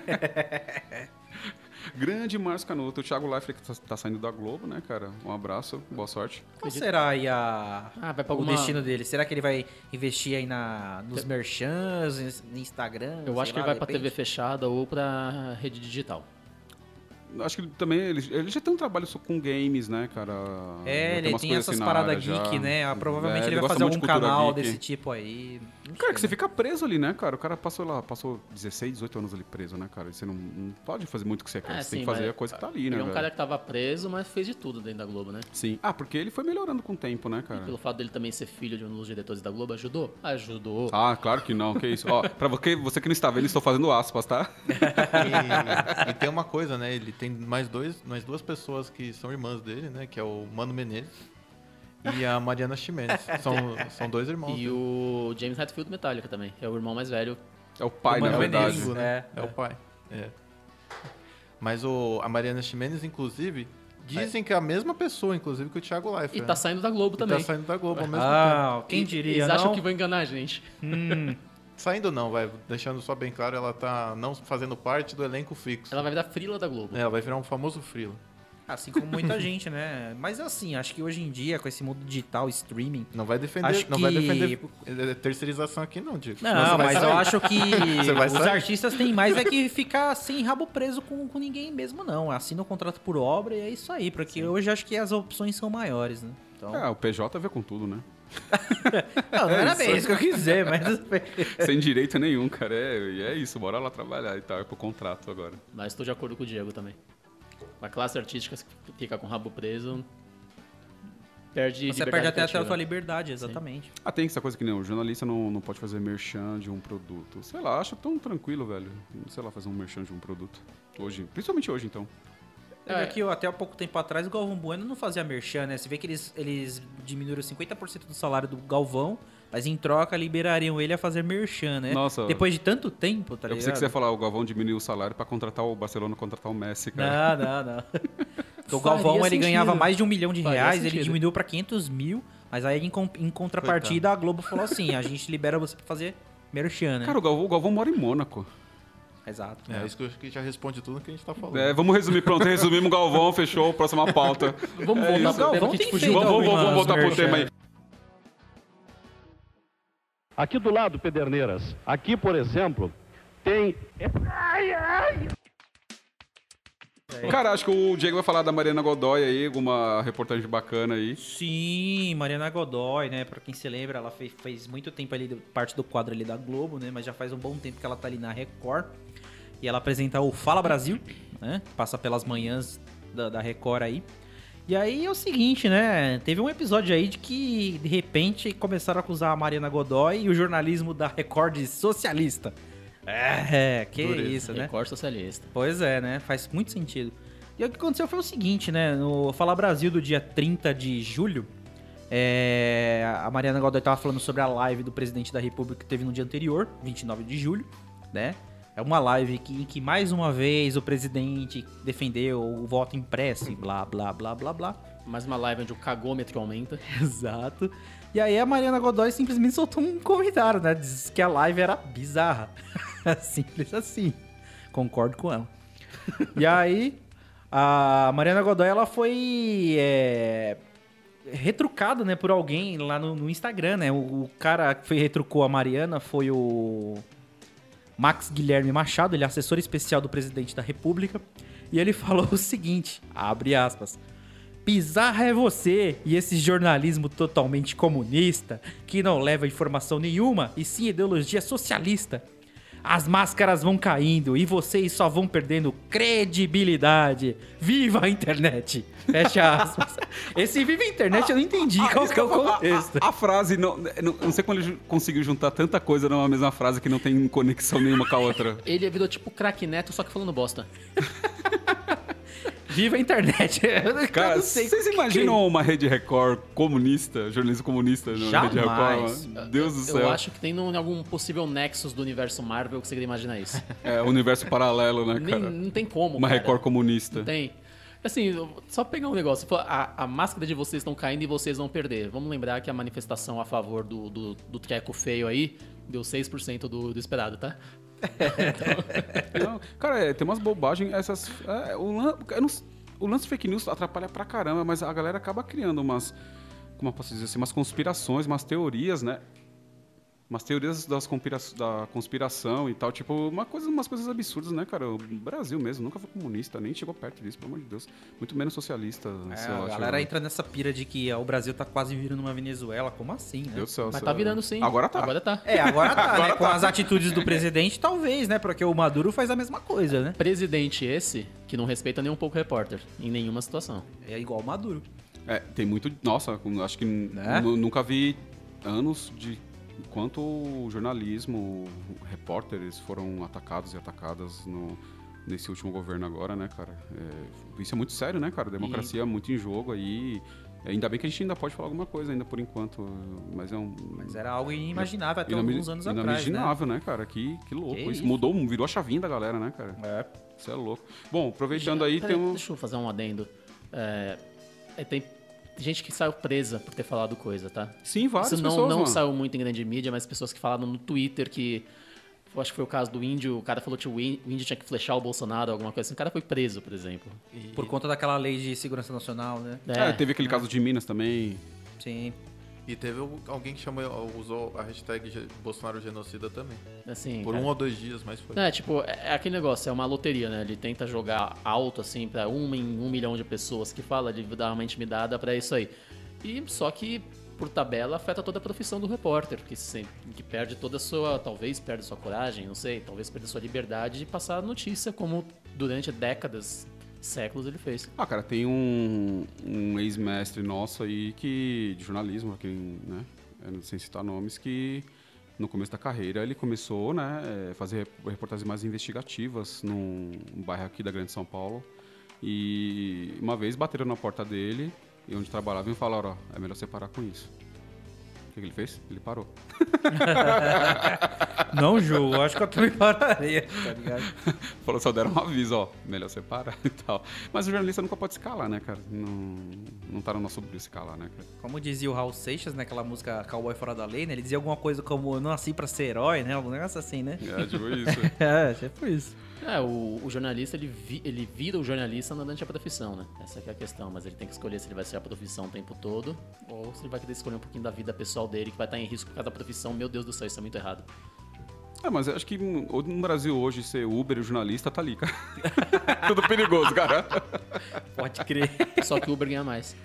Grande Márcio Canuto. O Thiago Leifert que tá, tá saindo da Globo, né, cara? Um abraço, boa sorte. Qual será aí a... Ah, vai pra o alguma... destino dele? Será que ele vai investir aí na, nos merchans, no Instagram? Eu sei acho que lá, ele vai de pra T V repente? fechada ou pra rede digital. Acho que ele também... Ele, ele já tem um trabalho só com games, né, cara? Já É, ele umas tem coisas essas assim na paradas área geek, já. né? Ah, provavelmente É, ele vai gosta fazer muito algum de cultura canal geek. desse tipo aí. Não Cara, sei, que você né? fica preso ali, né, cara? O cara passou lá, passou dezesseis, dezoito anos ali preso, né, cara? E você não, não pode fazer muito o que você quer. É, você tem sim, que fazer mas a coisa que tá ali, né, Ele é um velho? cara que tava preso, mas fez de tudo dentro da Globo, né? Sim. Ah, porque ele foi melhorando com o tempo, né, cara? Pelo fato dele também ser filho de um dos diretores da Globo, ajudou? Ajudou. Ah, claro que não, que isso. Ó, pra você, você que não está vendo, estou fazendo aspas, tá? E, e tem uma coisa, né? Ele tem mais, dois, mais duas pessoas que são irmãs dele, né? Que é o Mano Menezes e a Mariana Ximenes. São, são dois irmãos. E dele. o James Hetfield Metallica também. É o irmão mais velho. É o pai, O na Mano verdade. Menezes. né? É, É, o pai. É. Mas o, a Mariana Ximenes, inclusive, dizem que é a mesma pessoa, inclusive, que o Thiago Leifert. E né? tá saindo da Globo E também. tá saindo da Globo ao mesmo tempo. Ah, quem E- diria, Eles não? acham que vão enganar a gente. Saindo não, vai. Deixando só bem claro, ela tá não fazendo parte do elenco fixo. Ela vai virar frila da Globo. É, Ela vai virar um famoso frila. Assim como muita gente, né? Mas assim, acho que hoje em dia, com esse mundo digital, streaming... Não vai defender, Acho não vai que- defender eh, terceirização aqui não, Diego. Senão Não, você vai mas sair. eu acho que Você vai os sair. artistas têm mais é que ficar sem rabo preso com, com ninguém mesmo, não. Assina o contrato por obra e é isso aí. Porque hoje acho que as opções são maiores, né? Então... É, o P J veio com tudo, né? Não, não era bem isso que eu quis dizer, mas... Sem direito nenhum, cara. É, e é isso, bora lá trabalhar e tal. É pro contrato agora. Mas tô de acordo com o Diego também. A classe artística que fica com o rabo preso perde Você liberdade perde até a criativa. sua liberdade, exatamente. Ah, tem essa coisa que nem o jornalista não, não pode fazer merchan de um produto. Sei lá, acho tão tranquilo, velho. Sei lá, fazer um merchan de um produto. Hoje, principalmente hoje, então. É. Aqui, ó, até há pouco tempo atrás, o Galvão Bueno não fazia merchan, né? Você vê que eles, eles diminuíram cinquenta por cento do salário do Galvão, mas em troca liberariam ele a fazer merchan, né? Nossa. Depois de tanto tempo, tá Eu ligado? pensei que você ia falar, o Galvão diminuiu o salário pra contratar o Barcelona, contratar o Messi, cara. Não, não, não. Porque o Faria Galvão, ele sentido. ganhava mais de um milhão de Faria reais, ele sentido. diminuiu pra quinhentos mil, mas aí em, com- em contrapartida a Globo falou assim, a gente libera você pra fazer merchan, né? Cara, o Galvão, o Galvão mora em Mônaco. Exato. É, isso que eu acho que já responde tudo que a gente tá falando. É, vamos resumir, pronto, resumimos o Galvão, fechou, próxima pauta. Vamos É voltar isso. pro tema Galvão que tem te fugiu. feito Vamos, vamos, vamos algumas voltar pro merchan. tema aí. Aqui do lado, Pederneiras. Aqui, por exemplo, tem... Cara, acho que o Diego vai falar da Mariana Godoy aí, alguma reportagem bacana aí. Sim, Mariana Godoy, né? Pra quem se lembra, ela fez, fez muito tempo ali, do- parte do quadro ali da Globo, né? Mas já faz um bom tempo que ela tá ali na Record. E ela apresenta o Fala Brasil, né? Passa pelas manhãs da, da Record aí. E aí é o seguinte, né? Teve um episódio aí de que, de repente, começaram a acusar a Mariana Godoy e o jornalismo da Record de socialista. É, que Dureza. isso, né? Record socialista. Pois é, né? Faz muito sentido. E o que aconteceu foi o seguinte, né? No Fala Brasil do dia trinta de julho, é, a Mariana Godoy tava falando sobre a live do presidente da República que teve no dia anterior, vinte e nove de julho, né? É uma live que, em que mais uma vez o presidente defendeu o voto impresso e blá, blá, blá, blá, blá. Mais uma live onde o cagômetro aumenta. Exato. E aí a Mariana Godoy simplesmente soltou um comentário, né? Diz que a live era bizarra. Simples assim. Concordo com ela. E aí, a Mariana Godoy, ela foi é, retrucada, né, por alguém lá no, no Instagram, né? O, o cara que foi, retrucou a Mariana foi o... Max Guilherme Machado, ele é assessor especial do presidente da República, e ele falou o seguinte, abre aspas, bizarra é você e esse jornalismo totalmente comunista, que não leva informação nenhuma, e sim ideologia socialista. As máscaras vão caindo e vocês só vão perdendo credibilidade. Viva a internet! Fecha aspas. Esse viva a internet eu não entendi Ah, qual isso que é o eu falo, contexto. A, a, a frase, não, não, não sei como ele ju- conseguiu juntar tanta coisa numa mesma frase que não tem conexão nenhuma com a outra. Ele virou tipo craque Neto, só que falando bosta. Viva a internet. Eu Cara, não sei vocês o que imaginam que é. uma Rede Record comunista, jornalismo comunista na Rede Jamais. Record? Mano? Deus do Eu céu. acho que tem num- algum possível nexus do universo Marvel que você queria imaginar isso. É, universo paralelo, né, Nem, cara? não tem como, Uma cara. Record comunista. Não tem. Assim, só pegar um negócio. Falar, A, a máscara de vocês estão caindo e vocês vão perder. Vamos lembrar que a manifestação a favor do, do, do treco feio aí deu seis por cento do, do esperado, tá? Não, cara, é, tem umas bobagens. Essas, é, o, lan- eu não- o lance fake news atrapalha pra caramba, mas a galera acaba criando umas. Como eu posso dizer assim? Umas conspirações, umas teorias, né? Umas teorias das conspira da conspiração e tal. Tipo, uma coisa, umas coisas absurdas, né, cara? O Brasil mesmo nunca foi comunista, nem chegou perto disso, pelo amor de Deus. Muito menos socialista. É, sei lá, a chegou- galera entra nessa pira de que ó, o Brasil tá quase virando uma Venezuela. Como assim, né? Deus do céu, Mas sei tá lá. virando sim. Agora tá. Agora tá. É, agora tá, Agora né? Com tá. as atitudes do presidente, talvez, né? Porque o Maduro faz a mesma coisa, né? Presidente esse que não respeita nem um pouco o repórter, em nenhuma situação. É igual o Maduro. É, tem muito. Nossa, acho que Né? nu- nunca vi anos de quanto o jornalismo, repórteres foram atacados e atacadas no, nesse último governo agora, né, cara? É, isso é muito sério, né, cara? Democracia é muito em jogo aí. Ainda bem que a gente ainda pode falar alguma coisa ainda por enquanto, mas é um. Mas era algo inimaginável até inami- alguns anos atrás, né? Inimaginável, né, cara? Que, que louco. Que isso, isso. mudou, virou a chavinha da galera, né, cara? É. Isso é louco. Bom, aproveitando aí, Peraí, tem um. Deixa eu fazer um adendo. É, é, tem gente que saiu presa por ter falado coisa, tá? Sim, várias Isso não, pessoas, não mano. saiu muito em grande mídia, mas pessoas que falaram no Twitter que... Eu acho que foi o caso do índio, o cara falou que o ín- o índio tinha que flechar o Bolsonaro, alguma coisa assim. O cara foi preso, por exemplo. Por conta daquela lei de segurança nacional, né? É, teve aquele caso de Minas também. Sim. E teve o- alguém que chamou, usou a hashtag ge- Bolsonaro genocida também. assim, Por é, um ou dois dias, mas foi. É, tipo, é é aquele negócio, é uma loteria, né? Ele tenta jogar alto, assim, pra uma em um milhão de pessoas que fala, ele dá uma intimidada pra isso aí. E só que, por tabela, afeta toda a profissão do repórter, que, se, que perde toda a sua, talvez perde sua coragem, não sei, talvez perde sua liberdade de passar a notícia, como durante décadas, séculos ele fez. Ah, cara, tem um, um ex-mestre nosso aí que, de jornalismo, aqui, né, é, sem citar nomes, que no começo da carreira ele começou, né, a fazer reportagens mais investigativas num bairro aqui da Grande São Paulo. E uma vez bateram na porta dele, e onde trabalhava, e falaram, ó, é melhor você parar com isso. O que, que ele fez? Ele parou. Não julgo, acho que eu também pararia, tá ligado? Falou, só deram um aviso, ó, melhor você parar e tal. Mas o jornalista nunca pode se calar, né, cara? Não, não tá no nosso brilho se calar, né, cara? Como dizia o Raul Seixas, naquela música Cowboy Fora da Lei, né? Ele dizia alguma coisa como, eu não nasci pra ser herói, né? Algum negócio assim, né? É, tipo isso. É, tipo isso. É, o, o jornalista, ele, vi- ele vira o jornalista durante a profissão, né? Essa que é a questão, mas ele tem que escolher se ele vai ser a profissão o tempo todo ou se ele vai querer escolher um pouquinho da vida pessoal dele, que vai estar em risco por causa da profissão. Meu Deus do céu, isso é muito errado. É, mas eu acho que no no Brasil hoje ser Uber e jornalista tá ali, cara. Tudo perigoso, cara. Pode crer. Só que o Uber ganha mais.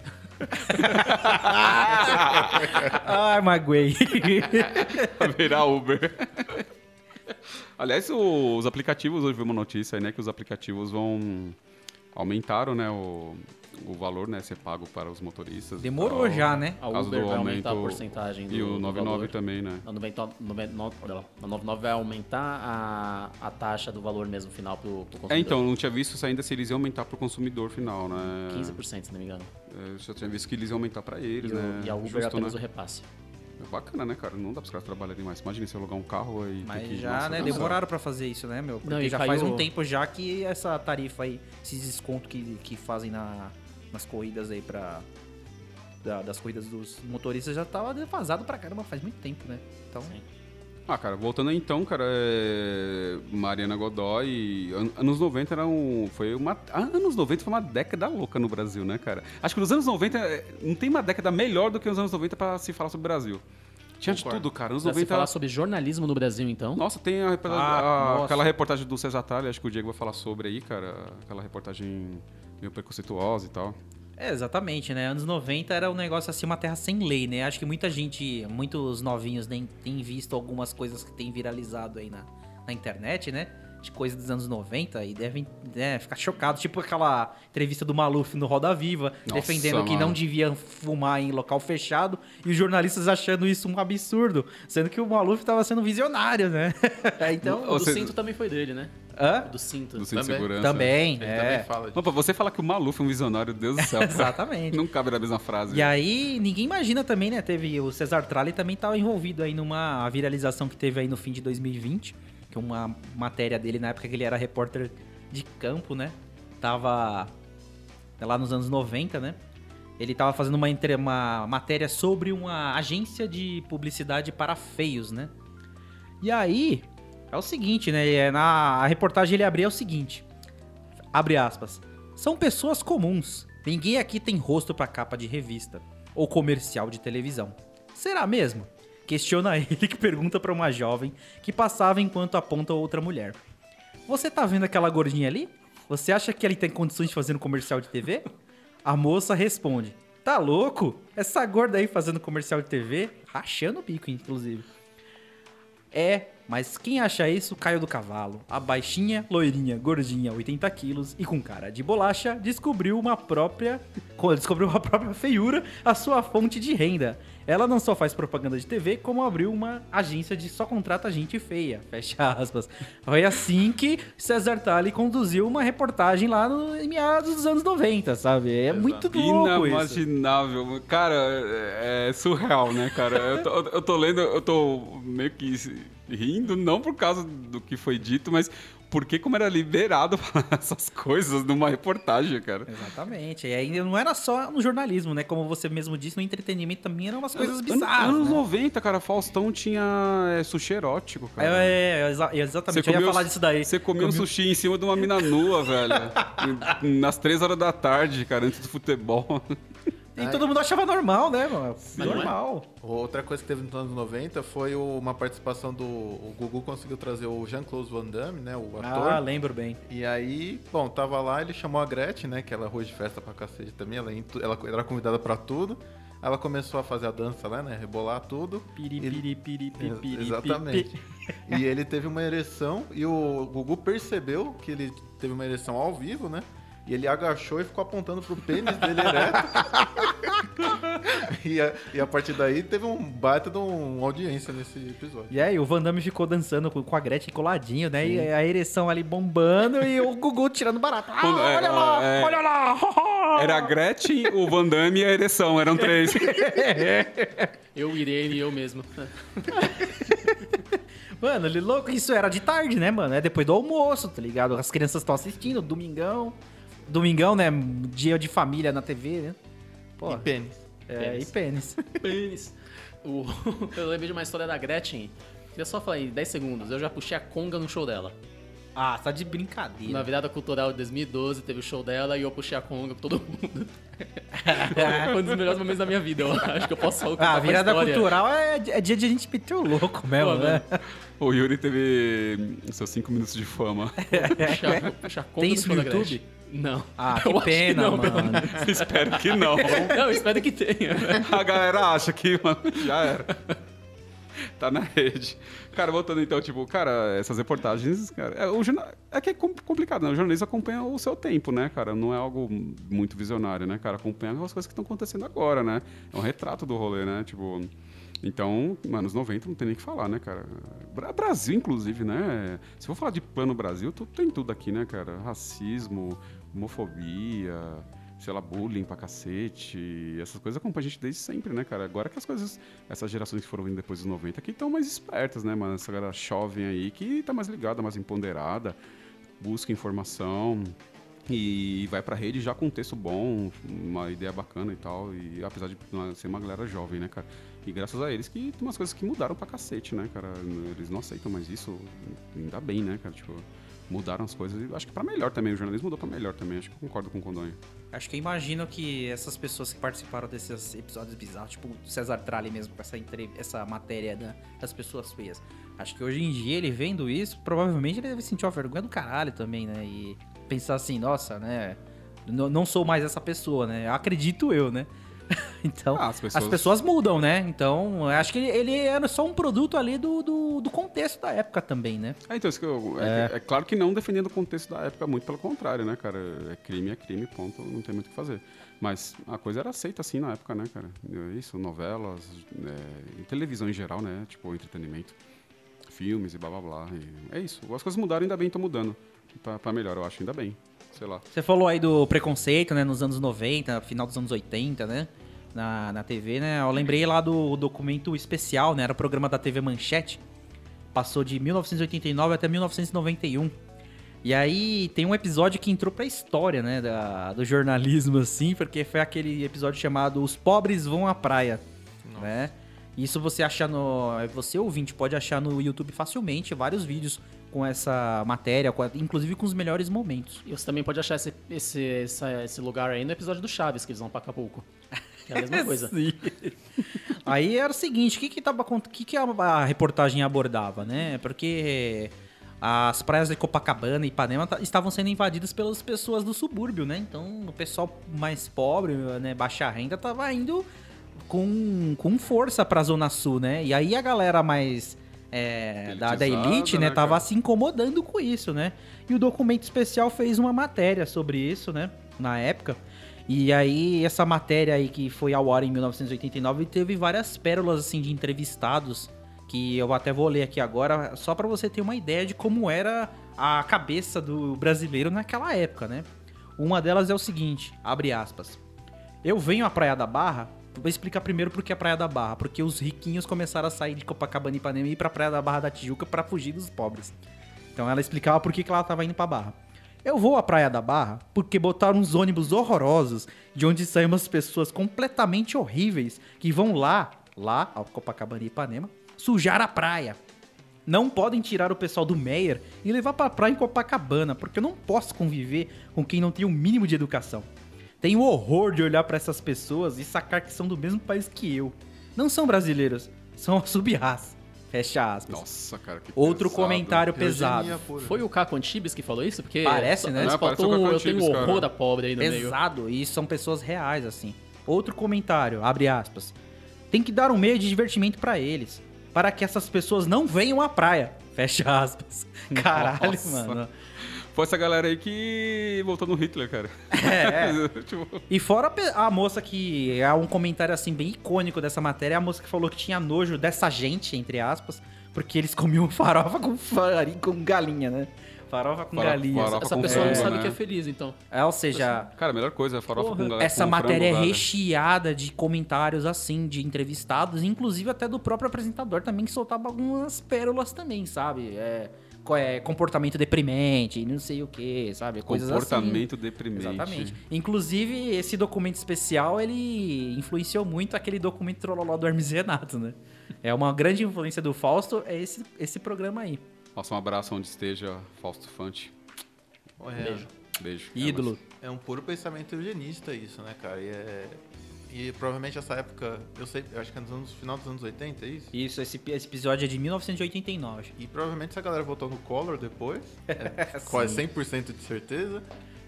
Ai, magoei. Pra virar Uber. Aliás, o- os aplicativos, hoje vi uma notícia aí, né, que os aplicativos vão... Aumentaram, né, o, o valor, né, ser pago para os motoristas. e Demorou tal. já, né? A Caso Uber do vai aumentar a aumento- porcentagem do, E o do noventa e nove valor. também, né? A noventa e nove, não, a noventa e nove vai aumentar a, a taxa do valor mesmo final pro, pro consumidor. É, então, não tinha visto se ainda se eles iam aumentar pro consumidor final, né? quinze por cento, se não me engano. É, eu já tinha visto que eles iam aumentar pra eles, E, o- né? e a Uber Justo, apenas né? o repasse. É bacana, né, cara? Não dá pros caras trabalharem mais. Imagina se alugar um carro e ter Mas que... já, nossa, né, cansa. demoraram pra fazer isso, né, meu? Porque Não, e já caiu- faz um tempo já que essa tarifa aí, esses descontos que, que fazem na, nas corridas aí pra... da- das corridas dos motoristas já tava defasado pra caramba faz muito tempo, né? Então, Sim. Ah, cara, voltando aí então, cara, é... Mariana Godoy, an- anos noventa era um... Foi uma... ah, anos noventa foi uma década louca no Brasil, né, cara? Acho que nos anos noventa é, não tem uma década melhor do que os anos noventa pra se falar sobre o Brasil. Tinha de Concordo. tudo, cara. Anos Pra se noventa... falar sobre jornalismo no Brasil, então. Nossa, tem a reportagem, Ah, a- nossa. aquela reportagem do César Tralli, acho que o Diego vai falar sobre aí, cara. Aquela reportagem meio preconceituosa e tal. É, exatamente, né? Anos noventa era um negócio assim, uma terra sem lei, né? Acho que muita gente, muitos novinhos nem têm visto algumas coisas que têm viralizado aí na, na internet, né? De coisa dos anos noventa e devem né, ficar chocados. Tipo aquela entrevista do Maluf no Roda Viva, Nossa, defendendo que mano. não deviam fumar em local fechado e os jornalistas achando isso um absurdo, sendo que o Maluf estava sendo visionário, né? então, O do Você- cinto também foi dele, né? hã? O do cinto. Do cinto de Também. segurança. Também, Ele é. também fala disso. Opa, você fala que o Maluf é um visionário, Deus do céu. Exatamente. Não cabe na mesma frase. E aí, ninguém imagina também, né? Teve o César Tralli também estava envolvido aí numa viralização que teve aí no fim de dois mil e vinte, que é uma matéria dele na época que ele era repórter de campo, né? Tava lá nos anos noventa, né? Ele tava fazendo uma, entre- uma matéria sobre uma agência de publicidade para feios, né? E aí, é o seguinte, né? É, Na a reportagem ele abria o seguinte, abre aspas, são pessoas comuns. Ninguém aqui tem rosto pra capa de revista ou comercial de televisão. Será mesmo? Questiona ele que pergunta pra uma jovem que passava enquanto aponta outra mulher. Você tá vendo aquela gordinha ali? Você acha que ele tem condições de fazer um comercial de T V? A moça responde, tá louco? Essa gorda aí fazendo comercial de T V? Rachando o bico, inclusive. É, mas quem acha isso caiu do cavalo. A baixinha, loirinha, gordinha, oitenta quilos e com cara de bolacha descobriu uma própria... Descobriu uma própria feiura, a sua fonte de renda. Ela não só faz propaganda de T V, como abriu uma agência de só contrata gente feia. Fecha aspas. Foi assim que César Tralli conduziu uma reportagem lá no, em meados dos anos noventa, sabe? É muito louco isso. Inimaginável. Cara, é, é surreal, né, cara? Eu tô, eu tô lendo, eu tô meio que rindo, não por causa do que foi dito, mas porque como era liberado falar essas coisas numa reportagem, cara. Exatamente. E aí não era só no jornalismo, né? Como você mesmo disse, no entretenimento também eram umas coisas An- bizarras, Anos né? noventa, cara, Faustão tinha é, sushi erótico, cara. É, é, exa- exatamente. Você Eu ia comeu- falar disso daí. Você comia um Comi- sushi em cima de uma mina nua, velho. Nas três horas da tarde, cara, antes do futebol. E todo mundo achava normal, né, mano? não é? Normal. Outra coisa que teve nos anos noventa foi o- uma participação do... O Gugu conseguiu trazer o Jean-Claude Van Damme, né? O ator. Ah, lembro bem. E aí, bom, tava lá, ele chamou a Gretchen, né? Que ela é arroz de festa pra cacete também. Ela, ia em tu- ela era convidada pra tudo. Ela começou a fazer a dança lá, né? Rebolar tudo. Piri, Ele- piri, piri, piri, Ex- piri, Exatamente. piri. E ele teve uma ereção e o Gugu percebeu que ele teve uma ereção ao vivo, né? E ele agachou e ficou apontando pro pênis dele ereto. e, a, e a partir daí teve um baita de uma audiência nesse episódio. E aí, o Van Damme ficou dançando com com a Gretchen coladinho, né? E a ereção ali bombando e o Gugu tirando barato. Ah, Quando- é, olha lá, é. olha lá. Era a Gretchen, o Van Damme e a ereção, eram três. Eu, Irene e eu mesmo. Mano, ele louco. Isso era de tarde, né, mano? É depois do almoço, tá ligado? As crianças estão assistindo, domingão. Domingão, né? Dia de família na T V, né? Pô, E pênis. é, e pênis. Pênis. O... Eu lembrei de uma história da Gretchen. Queria só falar em dez segundos. Eu já puxei a conga no show dela. Ah, tá de brincadeira. Na virada cultural de dois mil e doze teve o show dela e eu puxei a conga com todo mundo. Foi um dos melhores momentos da minha vida, eu acho que eu posso falar. Ah, a virada história. cultural é, é dia de a gente meter o louco mesmo, Pô, né? O Yuri teve seus cinco minutos de fama. Puxar, puxar a conga Tem do isso show no da YouTube? Gretchen. Não. Ah, Eu que acho pena, não, pelo mano. Espero que não. Não, espero que tenha. A galera acha que, mano, já era. Tá na rede. Cara, voltando então, tipo, cara, essas reportagens, cara, é, o jornal, é que é com- complicado, né? O jornalista acompanha o seu tempo, né, cara? Não é algo muito visionário, né, cara? Acompanha as coisas que estão acontecendo agora, né? É um retrato do rolê, né? Tipo, então, mano, nos noventa não tem nem o que falar, né, cara? Bra- Brasil, inclusive, né? Se for falar de plano Brasil, tu, tem tudo aqui, né, cara? Racismo, homofobia, sei lá, bullying pra cacete, essas coisas acompanham a gente desde sempre, né, cara? Agora que as coisas, essas gerações que foram vindo depois dos noventa aqui estão mais espertas, né, mano? Essa galera jovem aí que tá mais ligada, mais empoderada, busca informação e vai pra rede já com um texto bom, uma ideia bacana e tal, e apesar de não ser uma galera jovem, né, cara? E graças a eles que tem umas coisas que mudaram pra cacete, né, cara? Eles não aceitam mais isso, ainda bem, né, cara? Tipo, mudaram as coisas. E acho que pra melhor também. O jornalismo mudou pra melhor também. Acho que eu concordo com o Condonho. Acho que eu imagino que essas pessoas que participaram desses episódios bizarros, tipo o César Tralli mesmo, com essa, entrev- essa matéria da- das pessoas feias. Acho que hoje em dia, ele vendo isso, provavelmente ele deve sentir uma vergonha do caralho também, né? E pensar assim, nossa, né? N- não sou mais essa pessoa, né? Acredito eu, né? Então, Ah, as, as pessoas... pessoas- mudam, né? Então, acho que ele, ele era só um produto ali do, do, do contexto da época também, né? É, então, isso que eu, é, é claro que não defendendo o contexto da época, muito pelo contrário, né, cara? É crime, é crime, ponto, não tem muito o que fazer. Mas a coisa era aceita assim na época, né, cara? Isso, novelas, é, televisão em geral, né? Tipo, entretenimento, filmes e blá blá blá. E é isso. As coisas mudaram, ainda bem, estão mudando. Pra, pra melhor, eu acho, ainda bem. Sei lá. Você falou aí do preconceito, né, nos anos noventa, final dos anos oitenta, né, na, na T V, né, eu lembrei lá do documento especial, né, era o programa da T V Manchete, passou de mil novecentos e oitenta e nove até mil novecentos e noventa e um, e aí tem um episódio que entrou pra história, né, da, do jornalismo, assim, porque foi aquele episódio chamado Os Pobres Vão à Praia, Nossa. né, isso você acha no, você ouvinte pode achar no YouTube facilmente, vários vídeos com essa matéria, com a- inclusive com os melhores momentos. E você também pode achar esse, esse, essa- esse lugar aí no episódio do Chaves, que eles vão pra Acapulco. Que é a mesma coisa. Sim. Aí era o seguinte, o que que, tava, acont- que, que a, a reportagem abordava, né? Porque as praias de Copacabana e Ipanema ta- estavam sendo invadidas pelas pessoas do subúrbio, né? Então o pessoal mais pobre, né, baixa renda, tava indo com, com força pra Zona Sul, né? E aí a galera mais... é, da, da Elitizada, elite, né, né, tava cara? se incomodando com isso, né? E o documento especial fez uma matéria sobre isso, né? Na época. E aí, essa matéria aí que foi ao ar em mil novecentos e oitenta e nove teve várias pérolas, assim, de entrevistados, que eu até vou ler aqui agora, só pra você ter uma ideia de como era a cabeça do brasileiro naquela época, né? Uma delas é o seguinte, abre aspas. Eu venho à Praia da Barra, vou explicar primeiro por que a Praia da Barra, porque os riquinhos começaram a sair de Copacabana e Ipanema e ir pra Praia da Barra da Tijuca pra fugir dos pobres. Então ela explicava por que que ela tava indo pra Barra. Eu vou à Praia da Barra porque botaram uns ônibus horrorosos de onde saem umas pessoas completamente horríveis que vão lá, lá, ao Copacabana e Ipanema, sujar a praia. Não podem tirar o pessoal do Meier e levar pra praia em Copacabana, porque eu não posso conviver com quem não tem o mínimo de educação. Tenho horror de olhar pra essas pessoas e sacar que são do mesmo país que eu. Não são brasileiros, são a sub-raça. Fecha aspas. Nossa, cara, que Outro pesado. comentário pesado. Eugenia pura. Foi o Caco Antibes que falou isso? Porque Parece, só- né? só Não, parece faltou o um, Caco eu tenho Antibes, horror cara. da pobre aí no meio. Pesado, e são pessoas reais, assim. Outro comentário, abre aspas. Tem que dar um meio de divertimento pra eles, para que essas pessoas não venham à praia. Fecha aspas. Caralho, Nossa. mano. Foi essa galera aí que voltou no Hitler, cara. É. Tipo, E fora a pe- a moça que é um comentário assim bem icônico dessa matéria, é a moça que falou que tinha nojo dessa gente, entre aspas, porque eles comiam farofa com farinha, com galinha, né? Farofa com Faro- galinha. farofa Essa com pessoa não frango, sabe né? o que é feliz, então. É, ou seja, cara, a melhor coisa é farofa Porra. com galera. essa com matéria é frango, velho. recheada de comentários assim, de entrevistados, inclusive até do próprio apresentador também, que soltava algumas pérolas também, sabe? É, co- é, comportamento deprimente, não sei o que, sabe? Coisas Comportamento assim. deprimente. Exatamente. Inclusive, esse documento especial, ele influenciou muito aquele documento Trololó do Hermes e Renato, né? É uma grande influência do Fausto, é esse, esse programa aí. Nossa, um abraço onde esteja Fausto Fante. É, Beijo. Beijo. Ídolo. É um puro pensamento eugenista isso, né, cara? E, é... e provavelmente essa época, eu sei, eu acho que é nos anos, final dos anos oitenta, é isso? Isso, esse, esse episódio é de mil novecentos e oitenta e nove. E provavelmente essa galera votou no Collor depois, é quase cem por cento de certeza.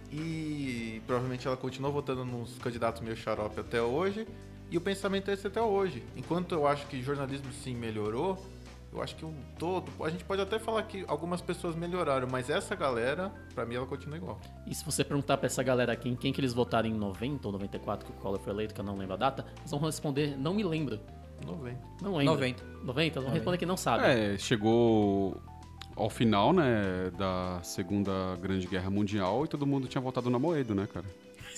E provavelmente ela continuou votando nos candidatos meio xarope até hoje. E o pensamento é esse até hoje. Enquanto eu acho que jornalismo sim melhorou, eu acho que um todo, a gente pode até falar que algumas pessoas melhoraram, mas essa galera, pra mim, ela continua igual. E se você perguntar pra essa galera aqui em quem que eles votaram em noventa ou noventa e quatro, que o Collor foi eleito, que eu não lembro a data, eles vão responder, não me lembro. noventa. Não lembro. noventa. noventa? Eles vão responder que não sabe. É, chegou ao final, né, da Segunda Grande Guerra Mundial e todo mundo tinha votado na Moedo, né, cara?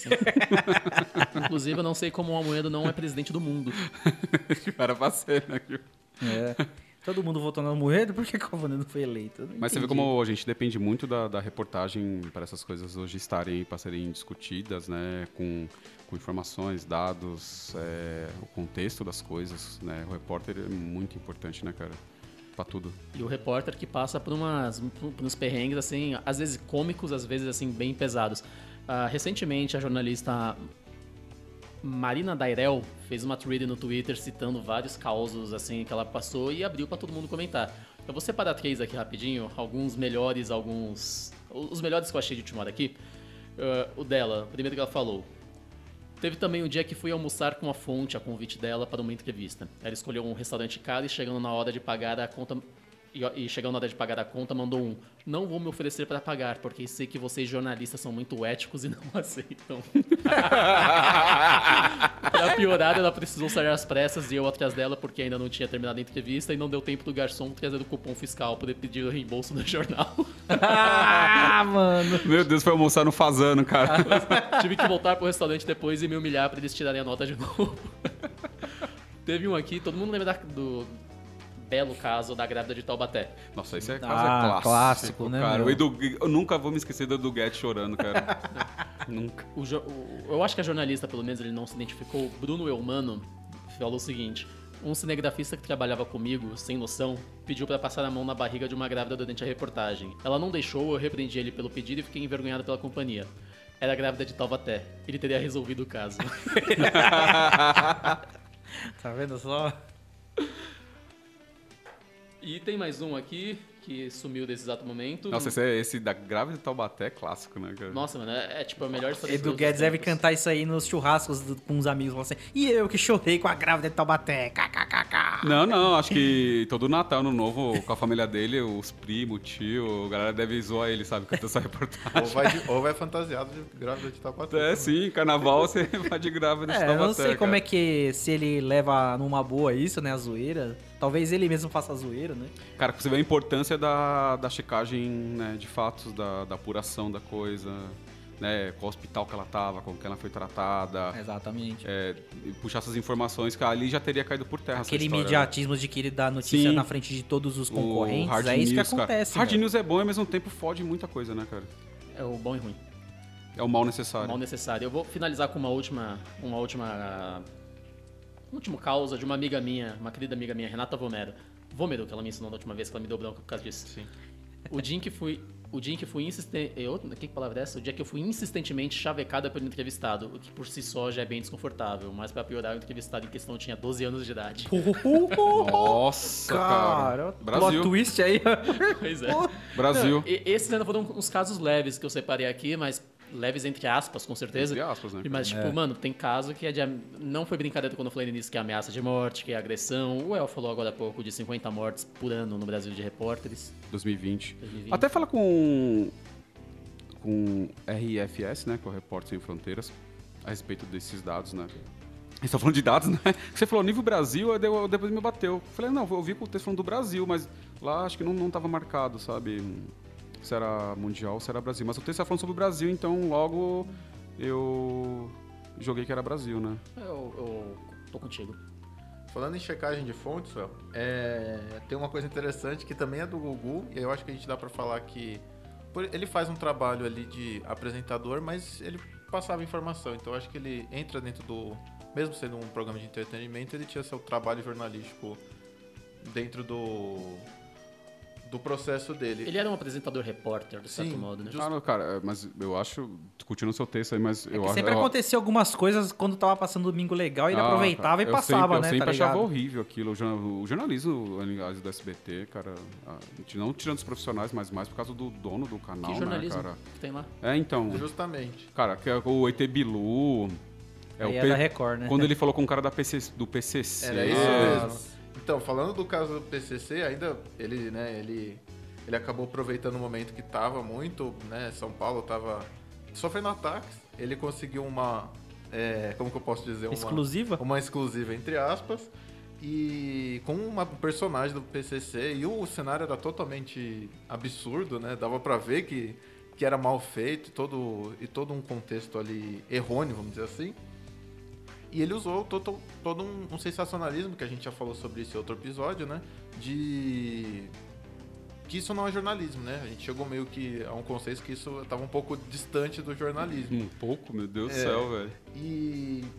Inclusive, eu não sei como o Amoedo não é presidente do mundo. Era pra ser, né? É. Todo mundo votou no Moedo, por que o Alvano não foi eleito? Eu não Mas você vê entendi. como a gente depende muito da, da reportagem para essas coisas hoje estarem para serem discutidas, né? Com, com informações, dados, é, o contexto das coisas, né? O repórter é muito importante, né, cara? pra tudo. E o repórter que passa por, umas, por uns perrengues, assim, às vezes cômicos, às vezes, assim, bem pesados. Uh, recentemente, a jornalista Marina Dairel fez uma thread no Twitter citando vários causos, assim, que ela passou e abriu pra todo mundo comentar. Eu vou separar três aqui rapidinho, alguns melhores, alguns... Os melhores que eu achei de última hora aqui. Uh, o dela, primeiro que ela falou. Teve também um dia que fui almoçar com a fonte a convite dela para uma entrevista. Ela escolheu um restaurante caro e chegando na hora de pagar a conta... E, e chegando na hora de pagar a conta, mandou um: não vou me oferecer para pagar, porque sei que vocês jornalistas são muito éticos e não aceitam. Pra piorar, ela precisou sair às pressas e eu atrás dela, porque ainda não tinha terminado a entrevista e não deu tempo do garçom trazer o cupom fiscal para pedir o reembolso no jornal. Ah, mano. Meu Deus, foi almoçar no Fazano, cara. Tive que voltar pro restaurante depois e me humilhar para eles tirarem a nota de novo. Teve um aqui, todo mundo lembra da, do... belo caso da grávida de Taubaté. Nossa, esse é caso Ah, é clássico, clássico, né, cara. meu? O Edu, eu nunca vou me esquecer do Edu Guedes chorando, cara. Nunca. O, jo- o- eu acho que a jornalista, pelo menos, ele não se identificou. Bruno Eumano falou o seguinte: um cinegrafista que trabalhava comigo, sem noção, pediu pra passar a mão na barriga de uma grávida durante a reportagem. Ela não deixou, eu repreendi ele pelo pedido e fiquei envergonhado pela companhia. Era grávida de Taubaté. Ele teria resolvido o caso. Tá vendo só? E tem mais um aqui que sumiu desse exato momento. Nossa, esse, é, esse da grávida de Taubaté é clássico, né, cara? Nossa, mano, é, é tipo a melhor história de Edu todos os Guedes deve tempos. cantar isso aí nos churrascos do- com os amigos. Falando assim, e eu que chorei com a grávida de Taubaté. Kkkk. Não, não, acho que todo Natal, Ano Novo, com a família dele, os primos, o tio, a galera deve zoar ele, sabe, cantando essa reportagem. Ou vai, de- ou vai fantasiado de grávida de Taubaté. É, sim, carnaval você vai de grávida de É, Taubaté, eu não sei como cara. é que, se ele leva numa boa isso, né, a zoeira. Talvez ele mesmo faça a zoeira, né? Cara, você vê a importância da, da checagem, né, de fatos, da, da apuração da coisa, né, qual hospital que ela tava, como que ela foi tratada, Exatamente. é, e puxar essas informações que ali já teria caído por terra Aquele essa história, imediatismo de querer dar notícia Sim. na frente de todos os né? concorrentes, O hard é isso news, que acontece, Cara. Hard velho. news é bom e ao mesmo tempo fode muita coisa, né, cara? É o bom e ruim. É o mal necessário. Mal necessário. Eu vou finalizar com uma última, uma última, um último causa de uma amiga minha, uma querida amiga minha, Renata Vomero. Vômero, que ela me ensinou da última vez, que ela me deu branco por causa disso. Sim. O dia em que fui, o dia em que fui insistente, que palavra é essa? O dia que eu fui insistentemente chavecada pelo entrevistado, o que por si só já é bem desconfortável, mas pra piorar, o entrevistado em questão tinha doze anos de idade. Nossa, cara. Cara, Brasil. plot twist aí. Pois é. Brasil. Não, e- esses ainda foram uns casos leves que eu separei aqui, mas leves entre aspas, com certeza. Entre aspas, né? Mas, tipo, mano, tem caso que é de... am- Não foi brincadeira quando eu falei no início que é ameaça de morte, que é agressão. O El falou agora há pouco de cinquenta mortes por ano no Brasil de repórteres. dois mil e vinte. dois mil e vinte. Até fala com com R F S, né, que é o Repórter Sem Fronteiras, a respeito desses dados, né? Eles estão falando de dados, né? Você falou nível Brasil, aí deu- depois me bateu. Falei, não, eu vi que o texto falando do Brasil, mas lá acho que não, não tava marcado, sabe? Se era mundial, se era Brasil. Mas o texto tá falando sobre o Brasil, então logo eu joguei que era Brasil, né? Eu, eu tô contigo. Falando em checagem de fontes, Fel, é, tem uma coisa interessante que também é do Gugu, e eu acho que a gente dá pra falar que por- ele faz um trabalho ali de apresentador, mas ele passava informação, então eu acho que ele entra dentro do... Mesmo sendo um programa de entretenimento, ele tinha seu trabalho jornalístico dentro do, do processo dele. Ele era um apresentador repórter, de certo Sim, modo, né? Ah, não, cara, é, mas eu acho, discutindo o seu texto aí, mas eu É que acho... sempre eu- acontecia algumas coisas quando tava passando domingo legal, ele Ah, aproveitava cara, e eu passava, sempre, né? Eu sempre tá achava ligado? horrível aquilo. O jorna- o jornalismo, aliás, do S B T, cara, ah, não tirando os profissionais, mas mais por causa do dono do canal, Que jornalismo né, cara? que tem lá? É, então, Justamente. cara, que é o E T Bilu... É Aí o é P- da Record, né? Quando ele falou com o cara da P C, do P C C. Era isso Ah. mesmo. Então, falando do caso do P C C, ainda ele, né, ele, ele acabou aproveitando o momento que tava muito, né, São Paulo tava sofrendo ataques, ele conseguiu uma, é, como que eu posso dizer? Uma, Exclusiva? Uma exclusiva, entre aspas, e com uma personagem do P C C, e o cenário era totalmente absurdo, né, dava pra ver que, que era mal feito, todo, e todo um contexto ali errôneo, vamos dizer assim. E ele usou todo, todo um, um sensacionalismo, que a gente já falou sobre isso em outro episódio, né? De que isso não é jornalismo, né? A gente chegou meio que a um consenso que isso estava um pouco distante do jornalismo. Um pouco, meu Deus do É. céu, velho. E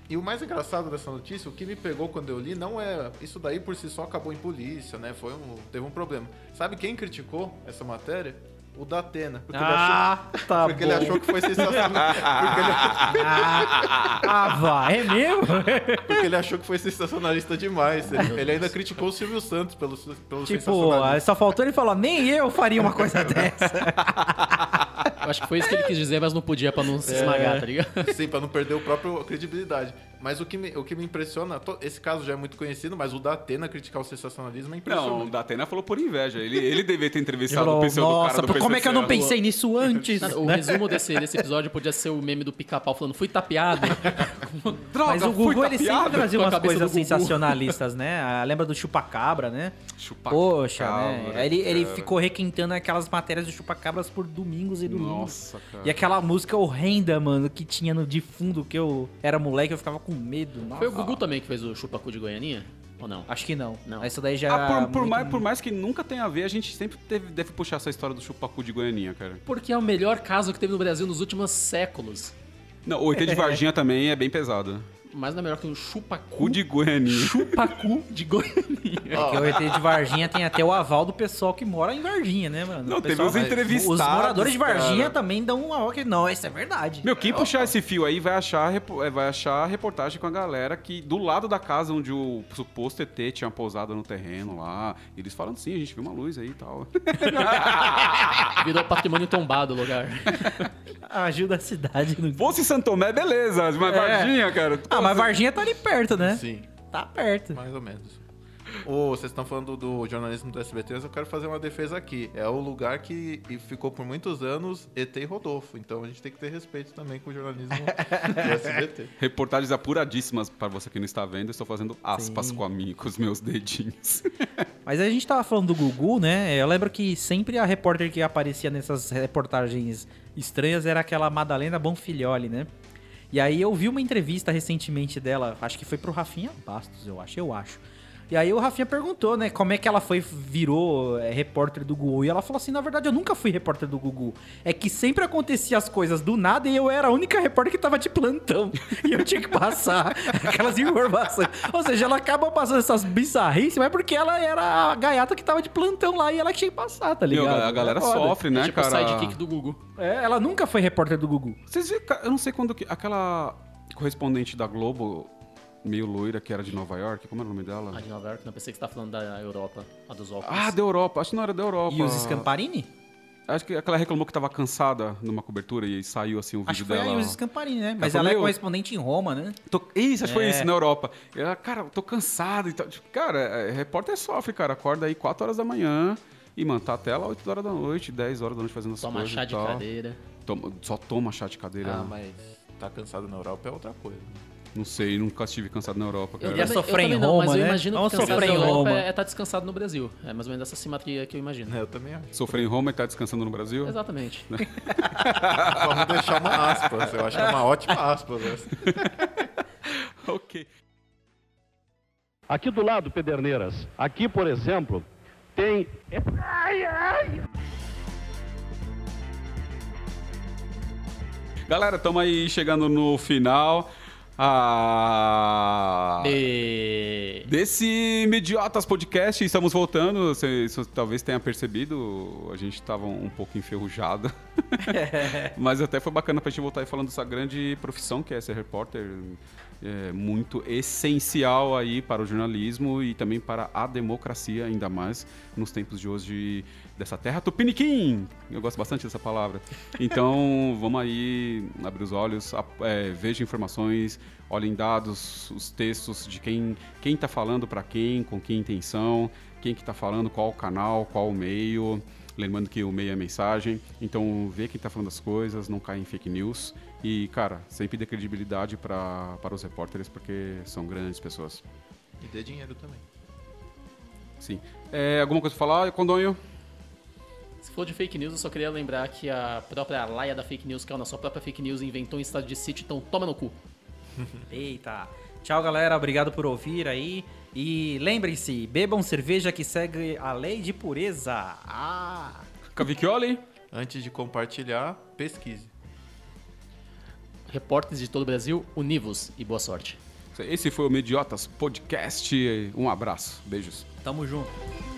E o mais engraçado dessa notícia, o que me pegou quando eu li, não é... Isso daí por si só acabou em polícia, né? Foi um, teve um problema. Sabe quem criticou essa matéria? O Datena. Porque, Ah, ele, achou, tá porque ele bom. achou que foi sensacional. porque, ele, Ah, ah, vai, é mesmo? porque ele achou que foi sensacionalista demais. Ele, ele ainda criticou o Silvio Santos pelo, pelo Tipo, sensacionalismo. só faltou ele falar, nem eu faria uma coisa dessa. Eu acho que foi isso que ele quis dizer, mas não podia pra não se esmagar, tá ligado? Sim, pra não perder o próprio credibilidade. Mas o que me, o que me impressiona, to- esse caso já é muito conhecido, mas o Datena criticar o sensacionalismo é Não, impressionante. o Datena falou por inveja. Ele, ele devia ter entrevistado Falou, o pseudo nossa, cara do como é que eu não P C C. pensei nisso antes? Nada, o né? resumo desse, desse episódio podia ser o meme do Pica-Pau falando, fui tapeado. Droga, Mas o fui Gugu, ele sempre tapeado. trazia Com a umas cabeça coisas do Gugu. sensacionalistas, né? Ah, lembra do Chupacabra, né? Chupacabra, Poxa, né? Ele, ele cara. ficou requintando aquelas matérias do Chupacabras por domingos e domingos. Nossa, cara. E aquela música horrenda, mano, que tinha no de fundo, que eu era moleque, eu ficava com medo. Nossa. Foi o Gugu também que fez o chupacu de Goianinha? Ou não? Acho que não. Não. Essa daí já Ah, por, por muito- mais, por mais que nunca tenha a ver, a gente sempre teve, deve puxar essa história do chupacu de Goianinha, cara. Porque é o melhor caso que teve no Brasil nos últimos séculos. Não, o E T de Varginha também é bem pesado. Mas não é melhor que um chupacu. Cu de Goianinha. Chupacu de Goianinha. É que o E T de Varginha tem até o aval do pessoal que mora em Varginha, né, mano? Não, O teve pessoal- os entrevistados, Os moradores de Varginha cara. também dão uma ó que não, isso é verdade. Meu, quem puxar esse fio aí vai achar, repo- é, vai achar a reportagem com a galera que do lado da casa onde o suposto E T tinha pousado no terreno lá. Eles falando sim, a gente viu uma luz aí e tal. Virou patrimônio tombado o lugar. Ajuda a cidade. No... Fosse Santo Tomé, beleza, mas É. Varginha, cara. Ah, mas Varginha tá ali perto, né? Sim, Tá perto. mais ou menos. Ô, vocês estão falando do jornalismo do S B T, mas eu quero fazer uma defesa aqui. É o lugar que ficou por muitos anos E T e Rodolfo. Então a gente tem que ter respeito também com o jornalismo do S B T. Reportagens apuradíssimas para você que não está vendo. Eu estou fazendo aspas Sim. com, a minha, com os meus dedinhos. Mas a gente tava falando do Gugu, né? Eu lembro que sempre a repórter que aparecia nessas reportagens estranhas era aquela Madalena Bonfilioli, né? E aí eu vi uma entrevista recentemente dela, acho que foi pro Rafinha Bastos, eu acho, eu acho. E aí o Rafinha perguntou, né, como é que ela foi, virou é, repórter do Gugu. E ela falou assim, na verdade eu nunca fui repórter do Gugu. É que sempre acontecia as coisas do nada e eu era a única repórter que tava de plantão. E eu tinha que passar aquelas informações. Ou seja, ela acaba passando essas bizarrices, mas porque ela era a gaiata que tava de plantão lá e ela tinha que passar, tá Meu, ligado? a galera É foda. sofre, né, tipo o cara? sidekick do Gugu. É, ela nunca foi repórter do Gugu. Vocês viram, cara, eu não sei quando que... Aquela correspondente da Globo, meio loira, que era de Nova York, como era o nome dela? Ah, de Nova York, não pensei que você tá falando da Europa, a dos óculos. Ah, da Europa. Acho que não era da Europa. E os Scamparini? Acho que aquela reclamou que tava cansada numa cobertura e saiu assim o vídeo Acho que foi dela. a Ilse Scamparini, né? Mas falou, ela é "Meu, correspondente em Roma, né? Tô... Isso, acho que foi É. isso, na Europa. E ela, cara, eu tô cansado e tal. Tipo, cara, é, repórter sofre, cara. Acorda aí quatro horas da manhã e, mano, tá até lá oito horas da noite, dez horas da noite fazendo as Toma coisas chá e de tal. cadeira. Toma- só toma chá de cadeira. Ah, mas tá cansado na Europa é outra coisa. Não sei, nunca estive cansado na Europa, cara. ia também- sofrer também em não, Roma, mas eu né? imagino Vamos que cansado sofrer na em Europa Roma. é estar descansado no Brasil. É mais ou menos essa simetria que eu imagino. É, eu também acho. Sofrer em Roma e tá descansando no Brasil? Exatamente. Vamos deixar uma aspas. Eu acho que é uma ótima aspas essa. Ok. Aqui do lado, Pederneiras, aqui, por exemplo, tem... Ai, ai! Galera, estamos aí chegando no final. Ah... E... Desse Mediotas Podcast, estamos voltando. Você, você talvez tenha percebido, a gente estava um pouco enferrujado. Mas até foi bacana pra gente voltar aí falando dessa grande profissão que é ser repórter. É muito essencial aí para o jornalismo e também para a democracia, ainda mais nos tempos de hoje dessa terra tupiniquim. Eu gosto bastante dessa palavra. Então, vamos aí abrir os olhos, a- é, veja informações, olhem dados, os textos de quem quem está falando para quem, com que intenção, quem que está falando, qual o canal, qual o meio. Lembrando que o meio é mensagem, então vê quem está falando as coisas, não cai em fake news. E, cara, sempre dê credibilidade pra, para os repórteres, porque são grandes pessoas. E dê dinheiro também. Sim. É, alguma coisa pra falar, Condonho? Se for de fake news, eu só queria lembrar que a própria Laia da fake news, que é na sua própria fake news, inventou um estado de sítio, então toma no cu. Eita. Tchau, galera. Obrigado por ouvir aí. E lembrem-se, bebam cerveja que segue a lei de pureza. Ah! Cavicchioli? Antes de compartilhar, pesquise. repórteres de todo o Brasil, univos e boa sorte. Esse foi o Mediotas Podcast. Um abraço. Beijos. Tamo junto.